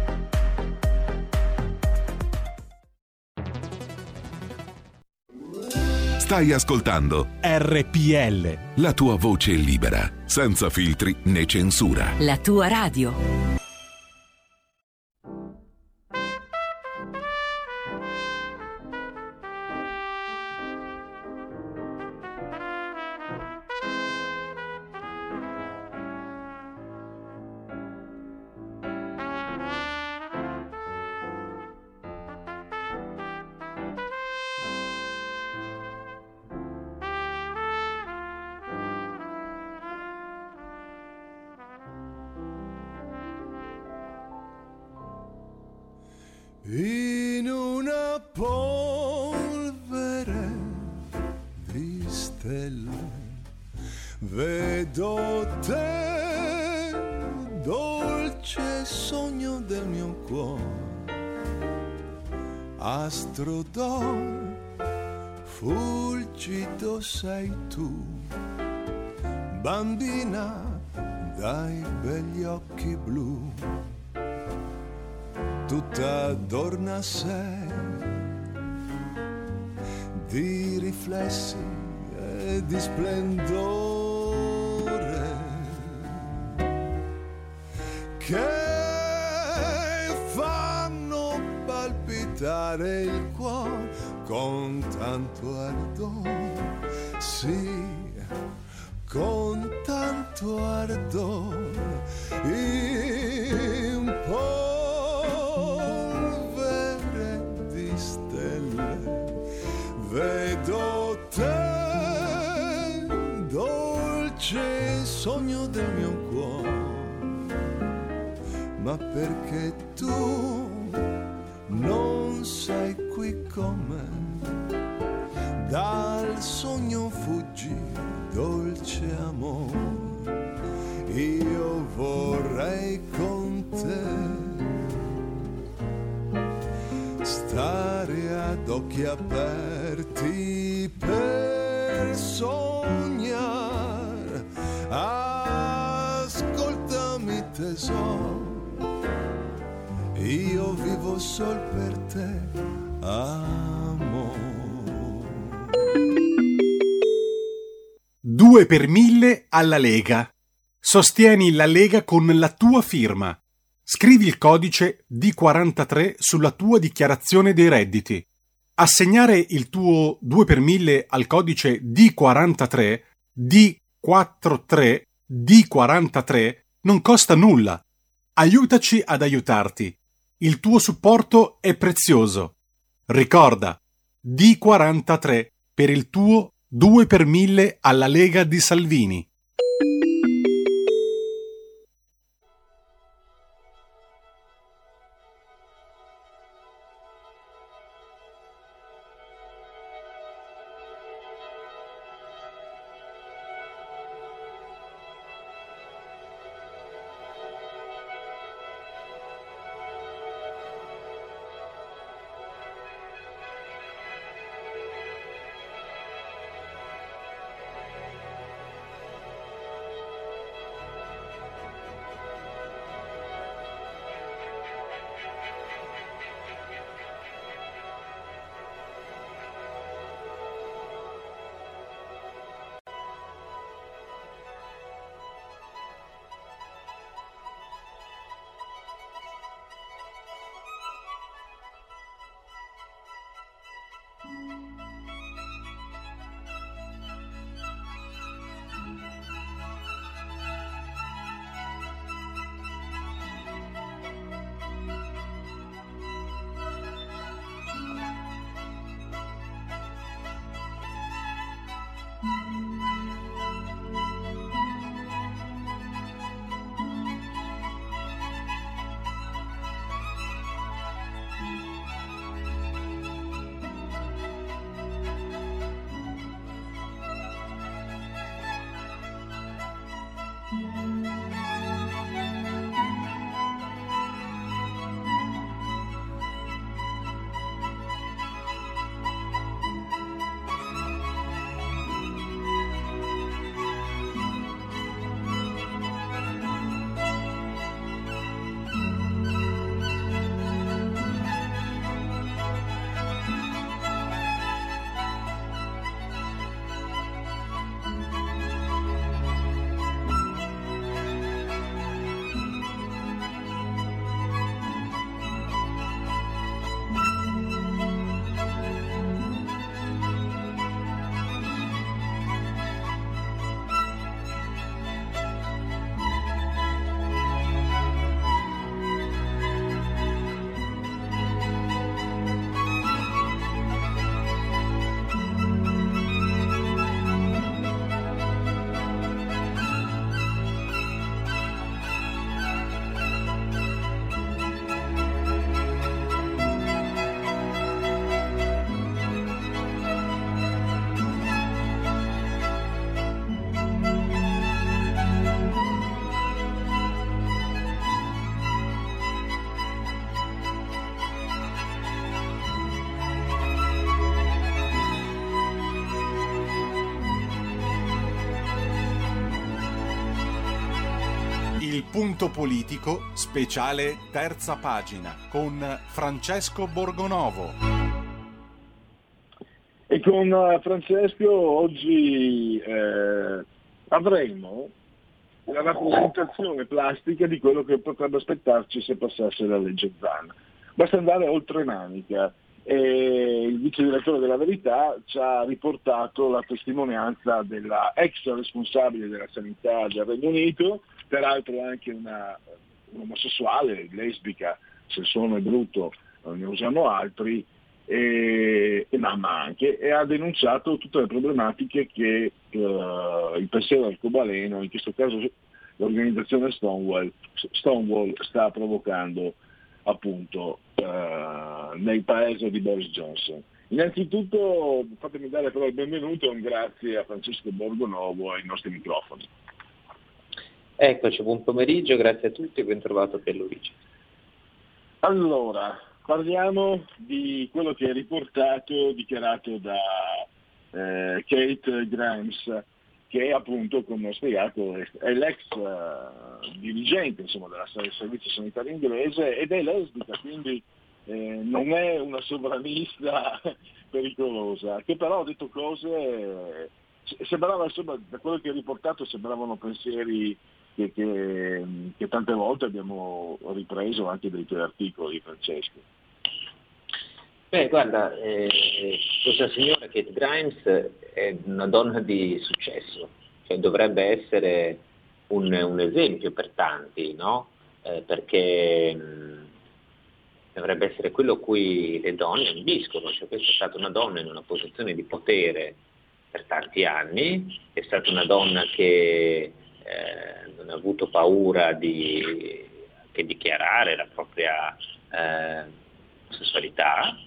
Stai ascoltando RPL, la tua voce libera, senza filtri né censura. La tua radio. In una polvere di stelle vedo te, dolce sogno del mio cuore, astro d'oro, fulgido sei tu, bambina dai begli occhi blu. Tutta adorna sei di riflessi e di splendore che fanno palpitare il cuore con tanto ardore, sì, con tanto ardore, in vedo te, dolce sogno del mio cuore, ma perché tu non sei qui con me, dal sogno fuggi, dolce amore, io vorrei con te stare ad occhi aperti per sognare. Ascoltami tesoro, io vivo sol per te, amore. 2 per 1000 alla Lega. Sostieni la Lega con la tua firma. Scrivi il codice D43 sulla tua dichiarazione dei redditi. Assegnare il tuo 2 per 1000 al codice D43, D43, D43 non costa nulla. Aiutaci ad aiutarti. Il tuo supporto è prezioso. Ricorda, D43 per il tuo 2 per 1000 alla Lega di Salvini. Il punto politico, speciale terza pagina, con Francesco Borgonovo. E con Francesco oggi avremo la rappresentazione plastica di quello che potrebbe aspettarci se passasse la legge Zan. Basta andare oltre Manica. E il vice direttore della Verità ci ha riportato la testimonianza della ex responsabile della sanità del Regno Unito, peraltro anche una omosessuale, lesbica, se il suono è brutto ne usiamo altri, e mamma anche, e ha denunciato tutte le problematiche che il pensiero arcobaleno, in questo caso l'organizzazione Stonewall sta provocando appunto nel paese di Boris Johnson. Innanzitutto fatemi dare però il benvenuto e un grazie a Francesco Borgonovo ai nostri microfoni. Eccoci, buon pomeriggio, grazie a tutti e ben trovato Pierluigi. Allora, parliamo di quello che è dichiarato da Kate Grimes, che appunto, come ho spiegato, è l'ex dirigente, insomma, del servizio sanitario inglese, ed è lesbica, quindi non è una sovranista pericolosa, che però ha detto cose, sembrava, insomma, da quello che hai riportato, sembravano pensieri che tante volte abbiamo ripreso anche dai tuoi articoli, Francesco. Beh, guarda, questa signora Kate Grimes è una donna di successo, cioè dovrebbe essere un esempio per tanti, no? Perché dovrebbe essere quello a cui le donne ambiscono, cioè questa è stata una donna in una posizione di potere per tanti anni, è stata una donna che non ha avuto paura di dichiarare la propria sessualità,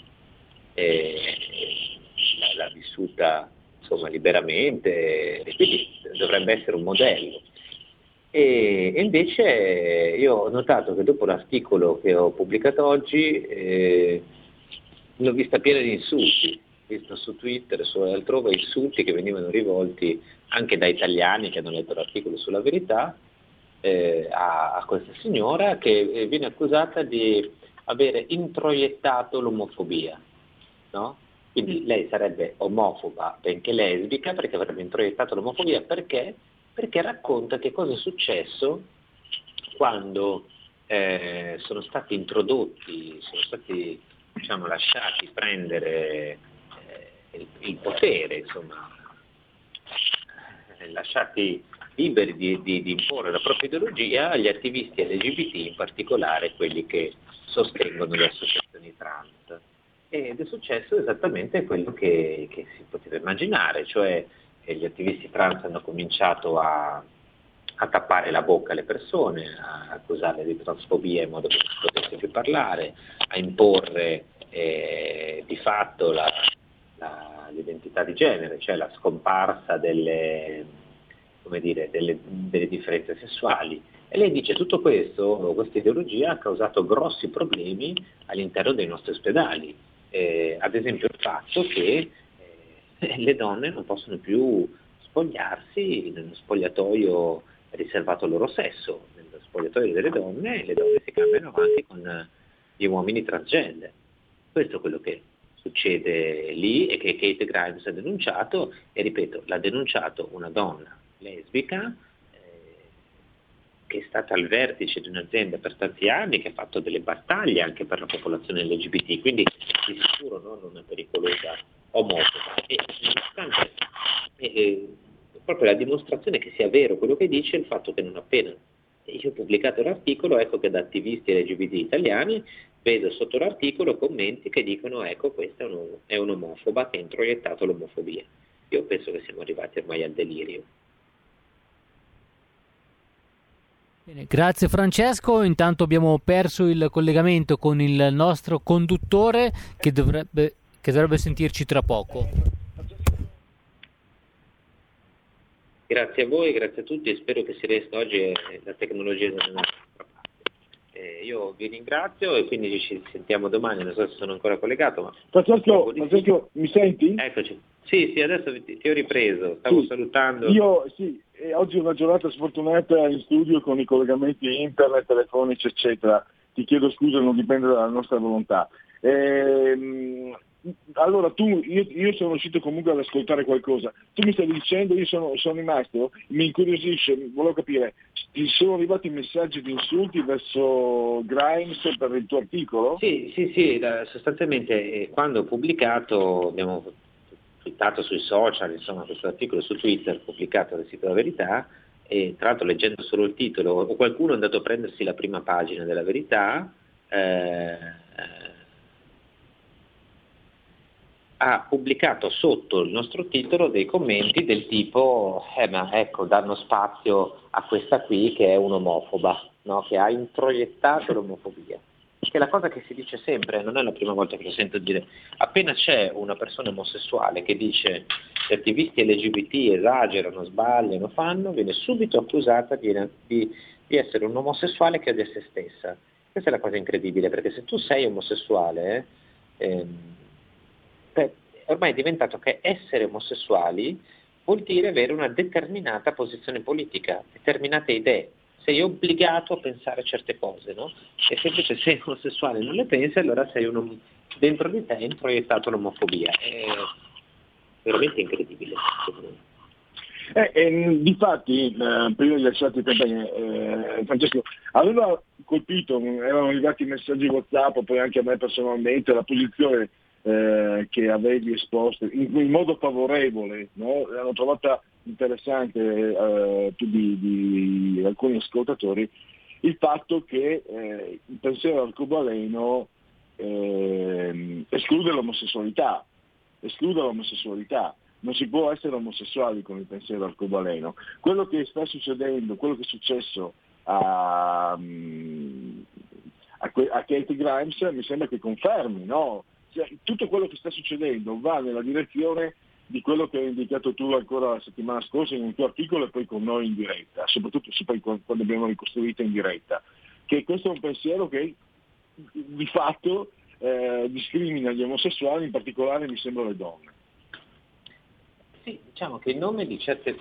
l'ha vissuta, insomma, liberamente, e quindi dovrebbe essere un modello. E invece io ho notato che dopo l'articolo che ho pubblicato oggi l'ho vista piena di insulti, visto su Twitter, su altrove, insulti che venivano rivolti anche da italiani che hanno letto l'articolo sulla Verità a questa signora, che viene accusata di avere introiettato l'omofobia, no? Quindi lei sarebbe omofoba benché lesbica, perché avrebbe introiettato l'omofobia, perché racconta che cosa è successo quando sono stati introdotti, sono stati, diciamo, lasciati prendere il potere, insomma, lasciati liberi di imporre la propria ideologia agli attivisti LGBT, in particolare quelli che sostengono le associazioni trans. Ed è successo esattamente quello che si poteva immaginare, cioè gli attivisti trans hanno cominciato a tappare la bocca alle persone, a accusarle di transfobia in modo che non si potesse più parlare, a imporre di fatto l'identità di genere, cioè la scomparsa delle differenze sessuali. E lei dice tutto questo, questa ideologia ha causato grossi problemi all'interno dei nostri ospedali, ad esempio il fatto che le donne non possono più spogliarsi nello spogliatoio riservato al loro sesso, nello spogliatoio delle donne le donne si cambiano anche con gli uomini transgender. Questo è quello che succede lì e che Kate Grimes ha denunciato, e ripeto, l'ha denunciato una donna lesbica che è stata al vertice di un'azienda per tanti anni, che ha fatto delle battaglie anche per la popolazione LGBT, quindi di sicuro non una pericolosa omofoba. E proprio la dimostrazione che sia vero quello che dice è il fatto che non appena io ho pubblicato l'articolo, ecco che da attivisti LGBT italiani vedo sotto l'articolo commenti che dicono: ecco, questa è un'omofoba che ha introiettato l'omofobia. Io penso che siamo arrivati ormai al delirio. Bene, grazie Francesco. Intanto abbiamo perso il collegamento con il nostro conduttore che dovrebbe sentirci tra poco. Grazie a voi, grazie a tutti, e spero che si resta oggi la tecnologia della nostra parte. Io vi ringrazio e quindi ci sentiamo domani, non so se sono ancora collegato. Ma Francesco, mi senti? Eccoci. Sì, adesso ti ho ripreso, stavo salutando. Oggi è una giornata sfortunata in studio con i collegamenti internet, telefonici, eccetera. Ti chiedo scusa, non dipende dalla nostra volontà. Allora io sono riuscito comunque ad ascoltare qualcosa. Tu mi stavi dicendo, io sono rimasto, mi incuriosisce, volevo capire, ti sono arrivati messaggi di insulti verso Grimes per il tuo articolo? Sì, sostanzialmente quando ho pubblicato, abbiamo twittato sui social, insomma, questo articolo su Twitter pubblicato dal sito della Verità, e tra l'altro leggendo solo il titolo, o qualcuno è andato a prendersi la prima pagina della Verità, ha pubblicato sotto il nostro titolo dei commenti del tipo ma ecco, danno spazio a questa qui che è un'omofoba, no? Che ha introiettato l'omofobia, che è la cosa che si dice sempre, non è la prima volta che lo sento dire. Appena c'è una persona omosessuale che dice gli attivisti LGBT esagerano, sbagliano, viene subito accusata di essere un omosessuale che odia se stessa. Questa è la cosa incredibile, perché se tu sei omosessuale, ormai è diventato che essere omosessuali vuol dire avere una determinata posizione politica, determinate idee. Sei obbligato a pensare certe cose, no? E se invece sei omosessuale e non le pensi, allora dentro di te è introiettato l'omofobia. È veramente incredibile, secondo me. Difatti, prima di lasciarti te, Francesco, aveva colpito, erano arrivati messaggi WhatsApp, poi anche a me personalmente, la posizione che avevi esposto in modo favorevole, no? L'hanno trovata interessante più di alcuni ascoltatori, il fatto che il pensiero arcobaleno esclude l'omosessualità. Non si può essere omosessuali con il pensiero arcobaleno. Quello che sta succedendo, quello che è successo a Katie Grimes mi sembra che confermi, no? Cioè, tutto quello che sta succedendo va nella direzione di quello che hai indicato tu ancora la settimana scorsa in un tuo articolo e poi con noi in diretta, soprattutto quando abbiamo ricostruito in diretta, che questo è un pensiero che di fatto discrimina gli omosessuali, in particolare mi sembra le donne. Sì, diciamo che in nome di certe...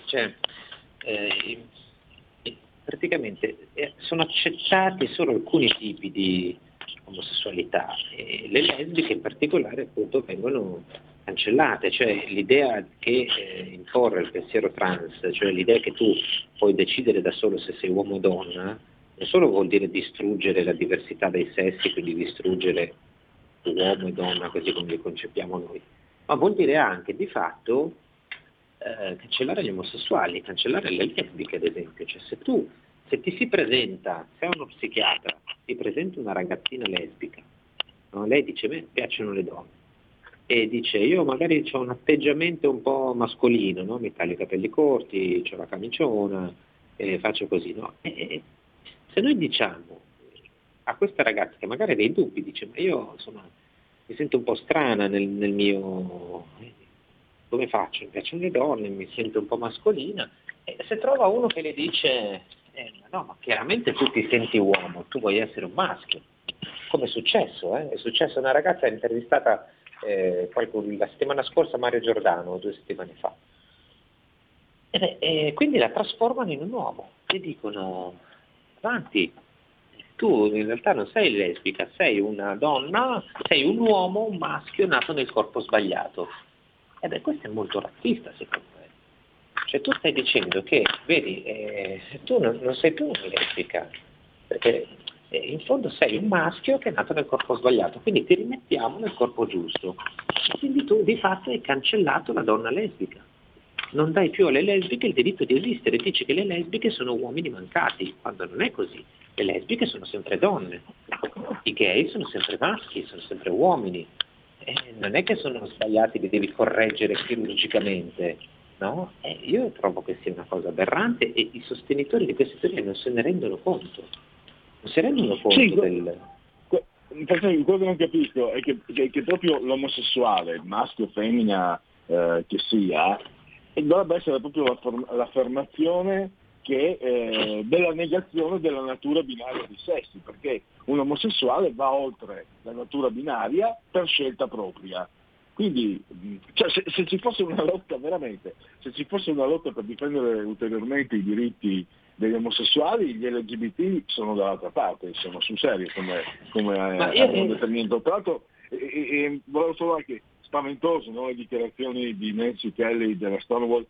praticamente sono accettati solo alcuni tipi di omosessualità e le lesbiche in particolare appunto vengono cancellate, cioè l'idea che imporre il pensiero trans, cioè l'idea che tu puoi decidere da solo se sei uomo o donna, non solo vuol dire distruggere la diversità dei sessi, quindi distruggere uomo e donna così come li concepiamo noi, ma vuol dire anche di fatto cancellare gli omosessuali, cancellare le lesbiche ad esempio, cioè se ti si presenta, se uno psichiatra ti presenta una ragazzina lesbica, no? Lei dice a me piacciono le donne e dice io magari ho un atteggiamento un po' mascolino, no? Mi taglio i capelli corti, ho la camiciona, faccio così, no? E se noi diciamo a questa ragazza che magari ha dei dubbi, dice ma io insomma mi sento un po' strana nel mio... come faccio? Mi piacciono le donne, mi sento un po' mascolina, e se trova uno che le dice no, ma chiaramente tu ti senti uomo, tu vuoi essere un maschio, come è successo, è successo a una ragazza intervistata la settimana scorsa Mario Giordano, 2 settimane fa, e quindi la trasformano in un uomo e dicono avanti, tu in realtà non sei lesbica, sei una donna, sei un uomo, un maschio nato nel corpo sbagliato. Questo è molto razzista secondo me. Cioè tu stai dicendo che, vedi, tu non sei più una lesbica, perché in fondo sei un maschio che è nato nel corpo sbagliato, quindi ti rimettiamo nel corpo giusto. Quindi tu di fatto hai cancellato la donna lesbica. Non dai più alle lesbiche il diritto di esistere, dici che le lesbiche sono uomini mancati, quando non è così. Le lesbiche sono sempre donne, i gay sono sempre maschi, sono sempre uomini. Non è che sono sbagliati, li devi correggere chirurgicamente, no? Io trovo che sia una cosa aberrante e i sostenitori di queste teorie non se ne rendono conto. Non si rendono conto sì, quello che non capisco è che proprio l'omosessuale, maschio o femmina che sia, dovrebbe essere proprio l'affermazione della negazione della natura binaria dei sessi, perché un omosessuale va oltre la natura binaria per scelta propria. Quindi cioè, se ci fosse una lotta veramente, se ci fosse una lotta per difendere ulteriormente i diritti degli omosessuali, gli LGBT sono dall'altra parte, sono sul serio come hanno determinato. Tra l'altro volevo solo anche spaventoso, no? Le dichiarazioni di Nancy Kelly della Stonewall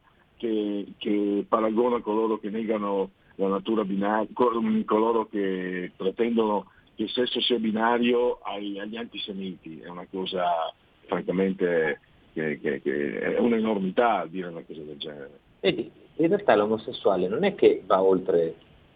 che paragona coloro che negano la natura binaria, coloro che pretendono che il sesso sia binario agli antisemiti. È una cosa francamente che è un'enormità dire una cosa del genere. Vedi, in realtà l'omosessuale non è che va oltre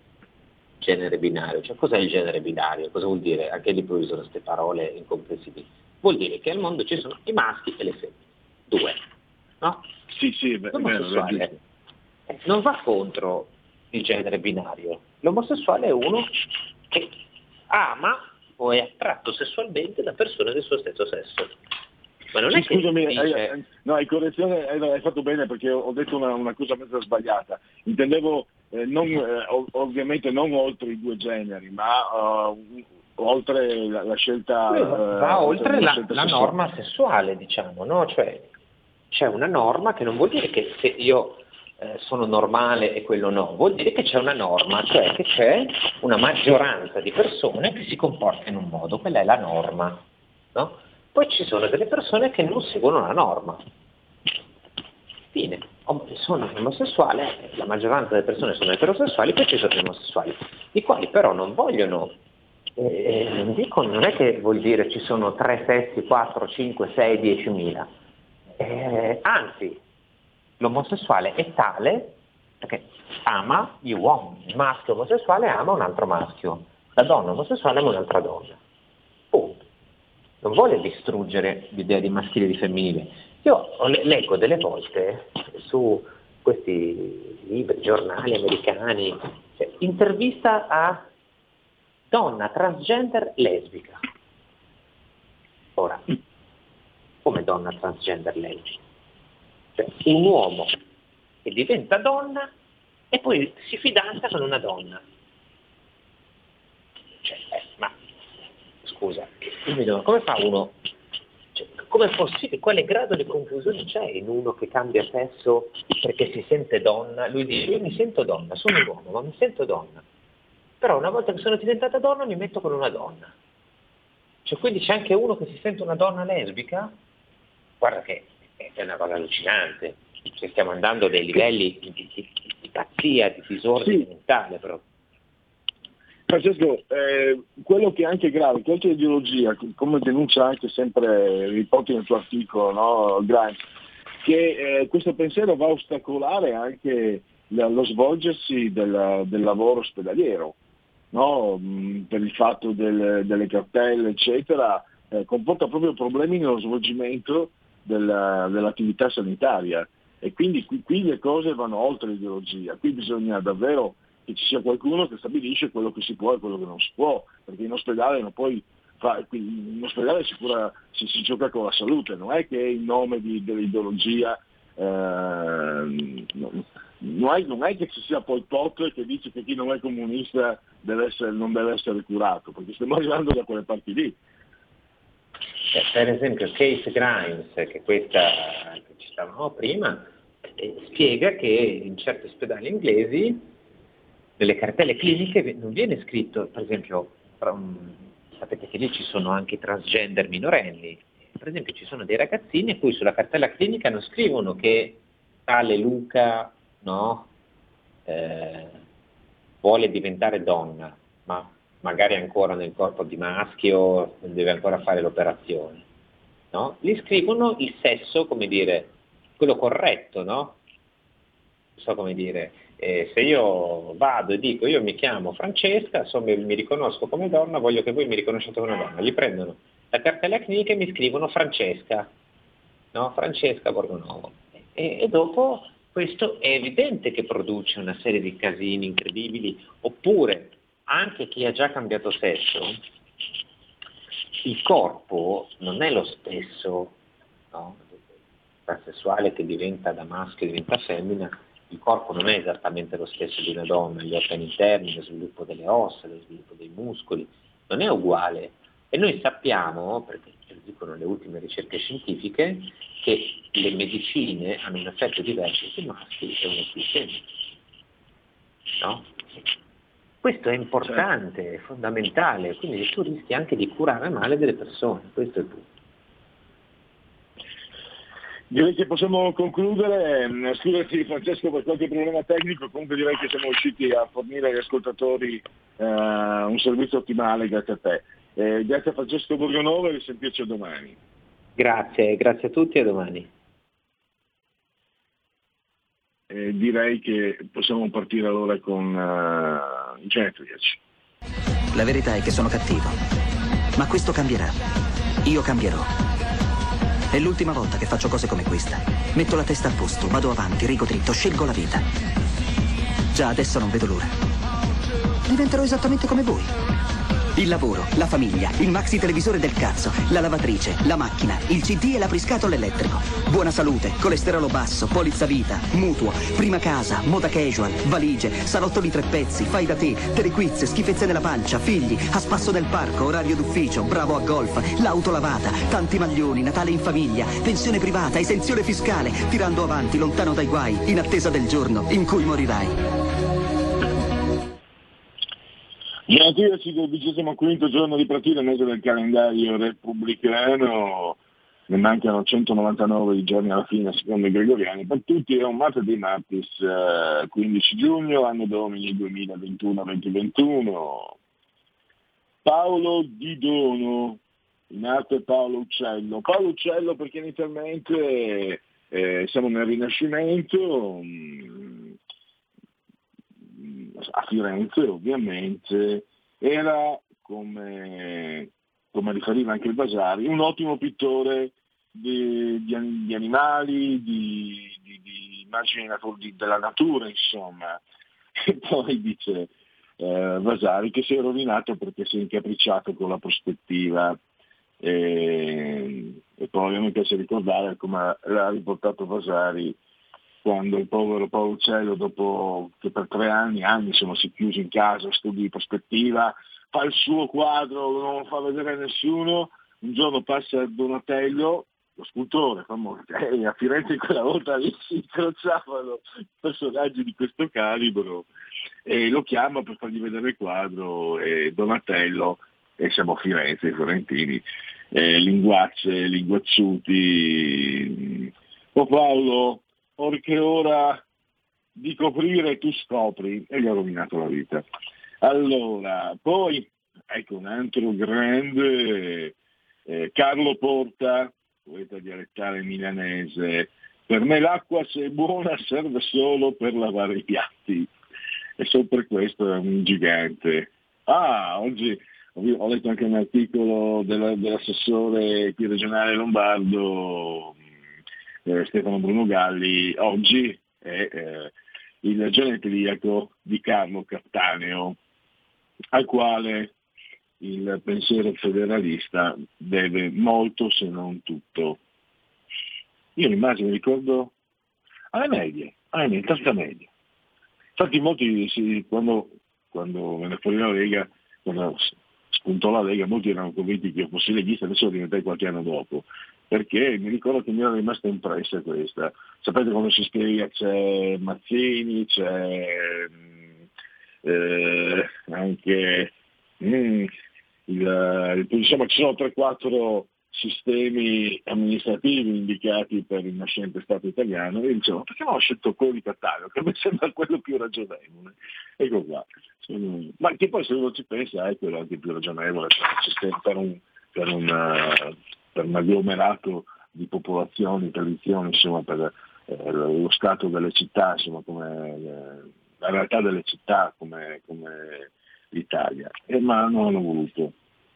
genere binario, cioè cos'è il genere binario? Cosa vuol dire? Anche lì poi usano queste parole incomprensibili. Vuol dire che al mondo ci sono i maschi e le femmine, 2, no? Sì, l'omosessuale non va contro il genere binario. L'omosessuale è uno che ama o è attratto sessualmente da persone del suo stesso sesso. Ma non è che scusami, dice... no, in correzione hai fatto bene perché ho detto una cosa mezza sbagliata. Intendevo ovviamente non oltre i 2 generi, ma oltre la scelta... va oltre la norma sessuale, diciamo, no? Cioè c'è una norma che non vuol dire che se io sono normale e quello no, vuol dire che c'è una norma, cioè che c'è una maggioranza di persone che si comporta in un modo, quella è la norma, no? Poi ci sono delle persone che non seguono la norma. Fine. Sono omosessuale, la maggioranza delle persone sono eterosessuali, poi ci sono gli omosessuali, i quali però non vogliono, non è che vuol dire ci sono 3 sessi, 4, 5, 6, 10.000, anzi l'omosessuale è tale perché ama gli uomini, il maschio omosessuale ama un altro maschio, la donna omosessuale ama un'altra donna, punto. Non vuole distruggere l'idea di maschile e di femminile. Io leggo delle volte su questi libri, giornali americani, cioè, intervista a donna transgender lesbica. Ora, come donna transgender lesbica? Cioè, un uomo che diventa donna e poi si fidanza con una donna. Cioè, ma scusa, io mi domando, come fa uno? Cioè, come è possibile? Quale grado di confusione c'è in uno che cambia sesso perché si sente donna? Lui dice, io mi sento donna, sono un uomo, ma mi sento donna. Però una volta che sono diventata donna mi metto con una donna. Cioè, quindi c'è anche uno che si sente una donna lesbica? Guarda che è una cosa allucinante. Cioè, stiamo andando a dei livelli di pazzia, di disordine mentale proprio. Francesco, quello che è anche grave, che oltre all'ideologia, come denuncia anche sempre, riporti nel tuo articolo, no, Grimes, che questo pensiero va a ostacolare anche lo svolgersi del lavoro ospedaliero, no? Per il fatto delle cartelle, eccetera, comporta proprio problemi nello svolgimento dell'attività sanitaria, e quindi qui le cose vanno oltre l'ideologia. Qui bisogna davvero che ci sia qualcuno che stabilisce quello che si può e quello che non si può, perché in ospedale non puoi in ospedale si gioca con la salute, non è che in nome dell'ideologia non è che ci sia Pol Pot che dice che chi non è comunista non deve essere curato, perché stiamo arrivando da quelle parti lì. Per esempio Case Grimes, che questa che ci stavamo prima, spiega che in certi ospedali inglesi nelle cartelle cliniche non viene scritto, per esempio, sapete che lì ci sono anche i transgender minorenni, per esempio ci sono dei ragazzini a cui sulla cartella clinica non scrivono che tale Luca vuole diventare donna, ma magari ancora nel corpo di maschio, deve ancora fare l'operazione, no? Gli scrivono il sesso, come dire, quello corretto, no? Non so come dire. Se io vado e dico io mi chiamo Francesca, mi riconosco come donna, voglio che voi mi riconosciate come donna, gli prendono la cartella clinica e mi scrivono Francesca, no? Francesca Borgonovo, e dopo questo è evidente che produce una serie di casini incredibili. Oppure anche chi ha già cambiato sesso, il corpo non è lo stesso, no? Transessuale che diventa da maschio diventa femmina, il corpo non è esattamente lo stesso di una donna, gli organi interni, lo sviluppo delle ossa, lo sviluppo dei muscoli, non è uguale. E noi sappiamo, perché ce lo dicono le ultime ricerche scientifiche, che le medicine hanno un effetto diverso sui maschi e uno sui femmini. No? Questo è importante, è fondamentale, quindi tu rischi anche di curare male delle persone, questo è il punto. Direi che possiamo concludere. Scusati Francesco per qualche problema tecnico, comunque direi che siamo riusciti a fornire agli ascoltatori un servizio ottimale grazie a te. Grazie a Francesco Borgonovo e risentirci a domani. Grazie a tutti e a domani. Direi che possiamo partire allora con i genetriaci. La verità è che sono cattivo, ma questo cambierà. Io cambierò. È l'ultima volta che faccio cose come questa. Metto la testa a posto, vado avanti, rigo dritto, scelgo la vita. Già adesso non vedo l'ora. Diventerò esattamente come voi. il lavoro, la famiglia, il maxi televisore del cazzo, la lavatrice, la macchina, il CD e l'apriscatole elettrico. Buona salute, colesterolo basso, polizza vita, mutuo, prima casa, moda casual, valigie, salotto di 3 pezzi, fai da te, telequiz, schifezze nella pancia, figli, a spasso nel parco, orario d'ufficio, bravo a golf, l'auto lavata, tanti maglioni, Natale in famiglia, pensione privata, esenzione fiscale, tirando avanti, lontano dai guai, in attesa del giorno in cui morirai. Gentilesi del 25° giorno di partita, mese del calendario repubblicano, ne mancano 199 di giorni alla fine secondo i gregoriani, per tutti è un martedì martis 15 giugno, anno domini 2021-2021. Paolo Di Dono, in arte Paolo Uccello. Paolo Uccello perché inizialmente siamo nel Rinascimento, a Firenze ovviamente, era, come riferiva anche il Vasari, un ottimo pittore di animali, di immagini della natura, insomma. E poi dice Vasari che si è rovinato perché si è incapricciato con la prospettiva, e poi mi piace ricordare come l'ha riportato Vasari quando il povero Paolo Uccello, dopo che per 3 anni insomma, si è chiuso in casa, studi di prospettiva, fa il suo quadro, non lo fa vedere a nessuno, un giorno passa Donatello, lo scultore famoso, e a Firenze quella volta lì si incrociavano personaggi di questo calibro, e lo chiama per fargli vedere il quadro, e Donatello, e siamo a Firenze, i fiorentini, linguacce, linguacciuti, oh Paolo, perché ora di coprire tu scopri, e gli ha rovinato la vita. Allora, poi ecco un altro grande, Carlo Porta, poeta dialettale milanese, per me l'acqua se è buona serve solo per lavare i piatti, e solo per questo è un gigante. Oggi ho letto anche un articolo dell'assessore qui regionale lombardo, Stefano Bruno Galli. Oggi è il genetriaco di Carlo Cattaneo, al quale il pensiero federalista deve molto, se non tutto. Io l'immagine ricordo alle medie, in terza media. Infatti molti, quando venne fuori la Lega, quando spuntò la Lega, molti erano convinti che io fossi leghista, adesso lo diventai qualche anno dopo, perché mi ricordo che mi era rimasta impressa questa. Sapete quando si spiega, c'è Mazzini, c'è anche diciamo ci sono 3-4 sistemi amministrativi indicati per il nascente Stato italiano, e dicevo perché non ho scelto quello di Cattaneo, che mi sembra quello più ragionevole. Ecco qua. Ma che poi se uno ci pensa è quello anche più ragionevole per un agglomerato di popolazioni, tradizioni, insomma, per lo stato delle città, insomma, come la realtà delle città come l'Italia, ma non hanno voluto.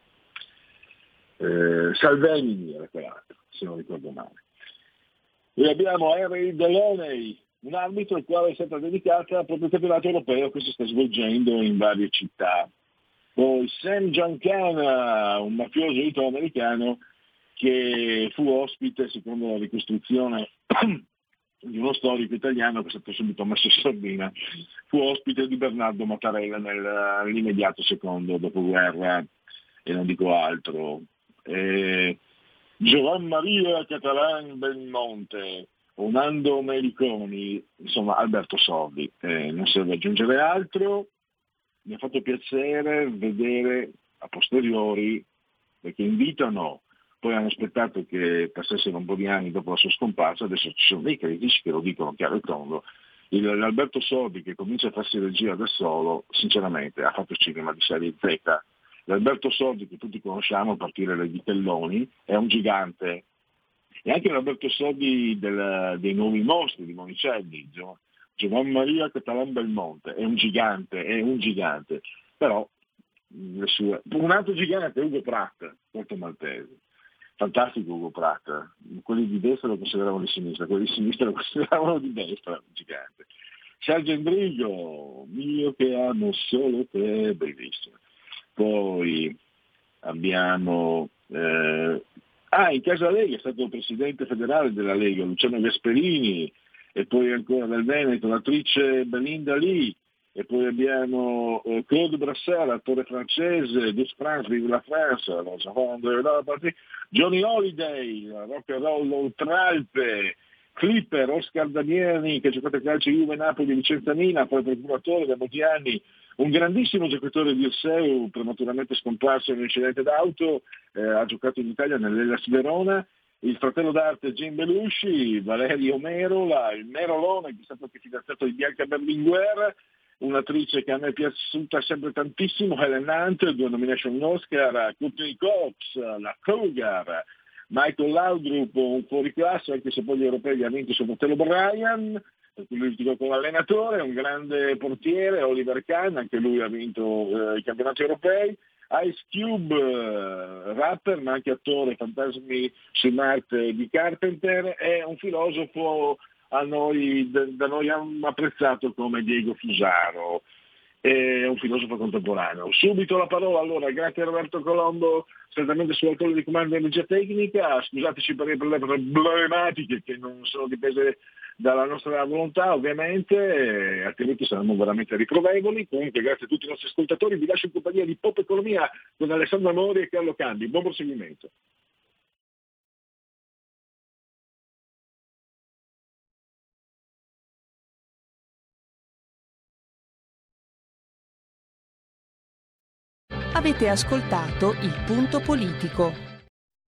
Salvemini era quell'altro, se non ricordo male. E abbiamo Henry Deloney, un arbitro al quale è stata dedicata proprio il campionato europeo che si sta svolgendo in varie città. Poi Sam Giancana, un mafioso italo-americano che fu ospite, secondo la ricostruzione di uno storico italiano che è stato subito messo in sordina, fu ospite di Bernardo Mattarella nell'immediato secondo dopoguerra, e non dico altro. Giovan Maria Catalan Belmonte, Nando Meliconi, insomma Alberto Sordi, non serve aggiungere altro. Mi ha fatto piacere vedere a posteriori, perché in vita no, poi hanno aspettato che passassero un po' di anni dopo la sua scomparsa, adesso ci sono dei critici che lo dicono chiaro e tondo. L'Alberto Sordi che comincia a farsi regia da solo, sinceramente ha fatto cinema di serie Z. L'Alberto Sordi che tutti conosciamo a partire dai Vitelloni è un gigante, e anche l'Alberto Sordi dei Nuovi Mostri di Monicelli, Giovan Maria Catalan Belmonte è un gigante, però un altro gigante è Ugo Pratt, Porto Maltese. Fantastico Ugo Pratt, quelli di destra lo consideravano di sinistra, quelli di sinistra lo consideravano di destra, gigante. Sergio Endrigo, mio che amo solo te, bellissimo. poi abbiamo in casa Lega è stato il presidente federale della Lega Luciano Gasperini, e poi ancora del Veneto l'attrice Belinda Lee, e poi abbiamo Claude Brassard, attore francese, Dus France, Vive la France, Johnny Holiday, rock and roll oltralpe, Clipper, Oscar Damiani, che ha giocato a calcio Juve, Napoli, Vicenza, Milan, poi procuratore da molti anni, un grandissimo giocatore di Osseu, prematuramente scomparso in un incidente d'auto, ha giocato in Italia nell'Hellas Verona, il fratello d'arte Jim Belushi, Valerio Merola, il Merolone, che è stato anche fidanzato di Bianca Berlinguer, un'attrice che a me è piaciuta sempre tantissimo, Helen Hunt, 2 nomination Oscar, Courtney Cox, la Cougar, Michael Laudrup, un fuoriclasse, anche se poi gli europei ha vinto suo fratello Brian, per cui lui litigò con l'allenatore, un grande portiere, Oliver Kahn, anche lui ha vinto i campionati europei, Ice Cube, rapper ma anche attore, Fantasmi su Marte di Carpenter, è un filosofo da noi apprezzato come Diego Fusaro, è un filosofo contemporaneo. Subito la parola, allora, grazie a Roberto Colombo, strettamente sul controllo di comando e energia tecnica, scusateci per le problematiche che non sono dipese dalla nostra volontà ovviamente, altrimenti saremmo veramente riprovevoli. Comunque grazie a tutti i nostri ascoltatori, vi lascio in compagnia di Pop Economia con Alessandro Amori e Carlo Cambi. Buon proseguimento. Avete ascoltato Il Punto Politico.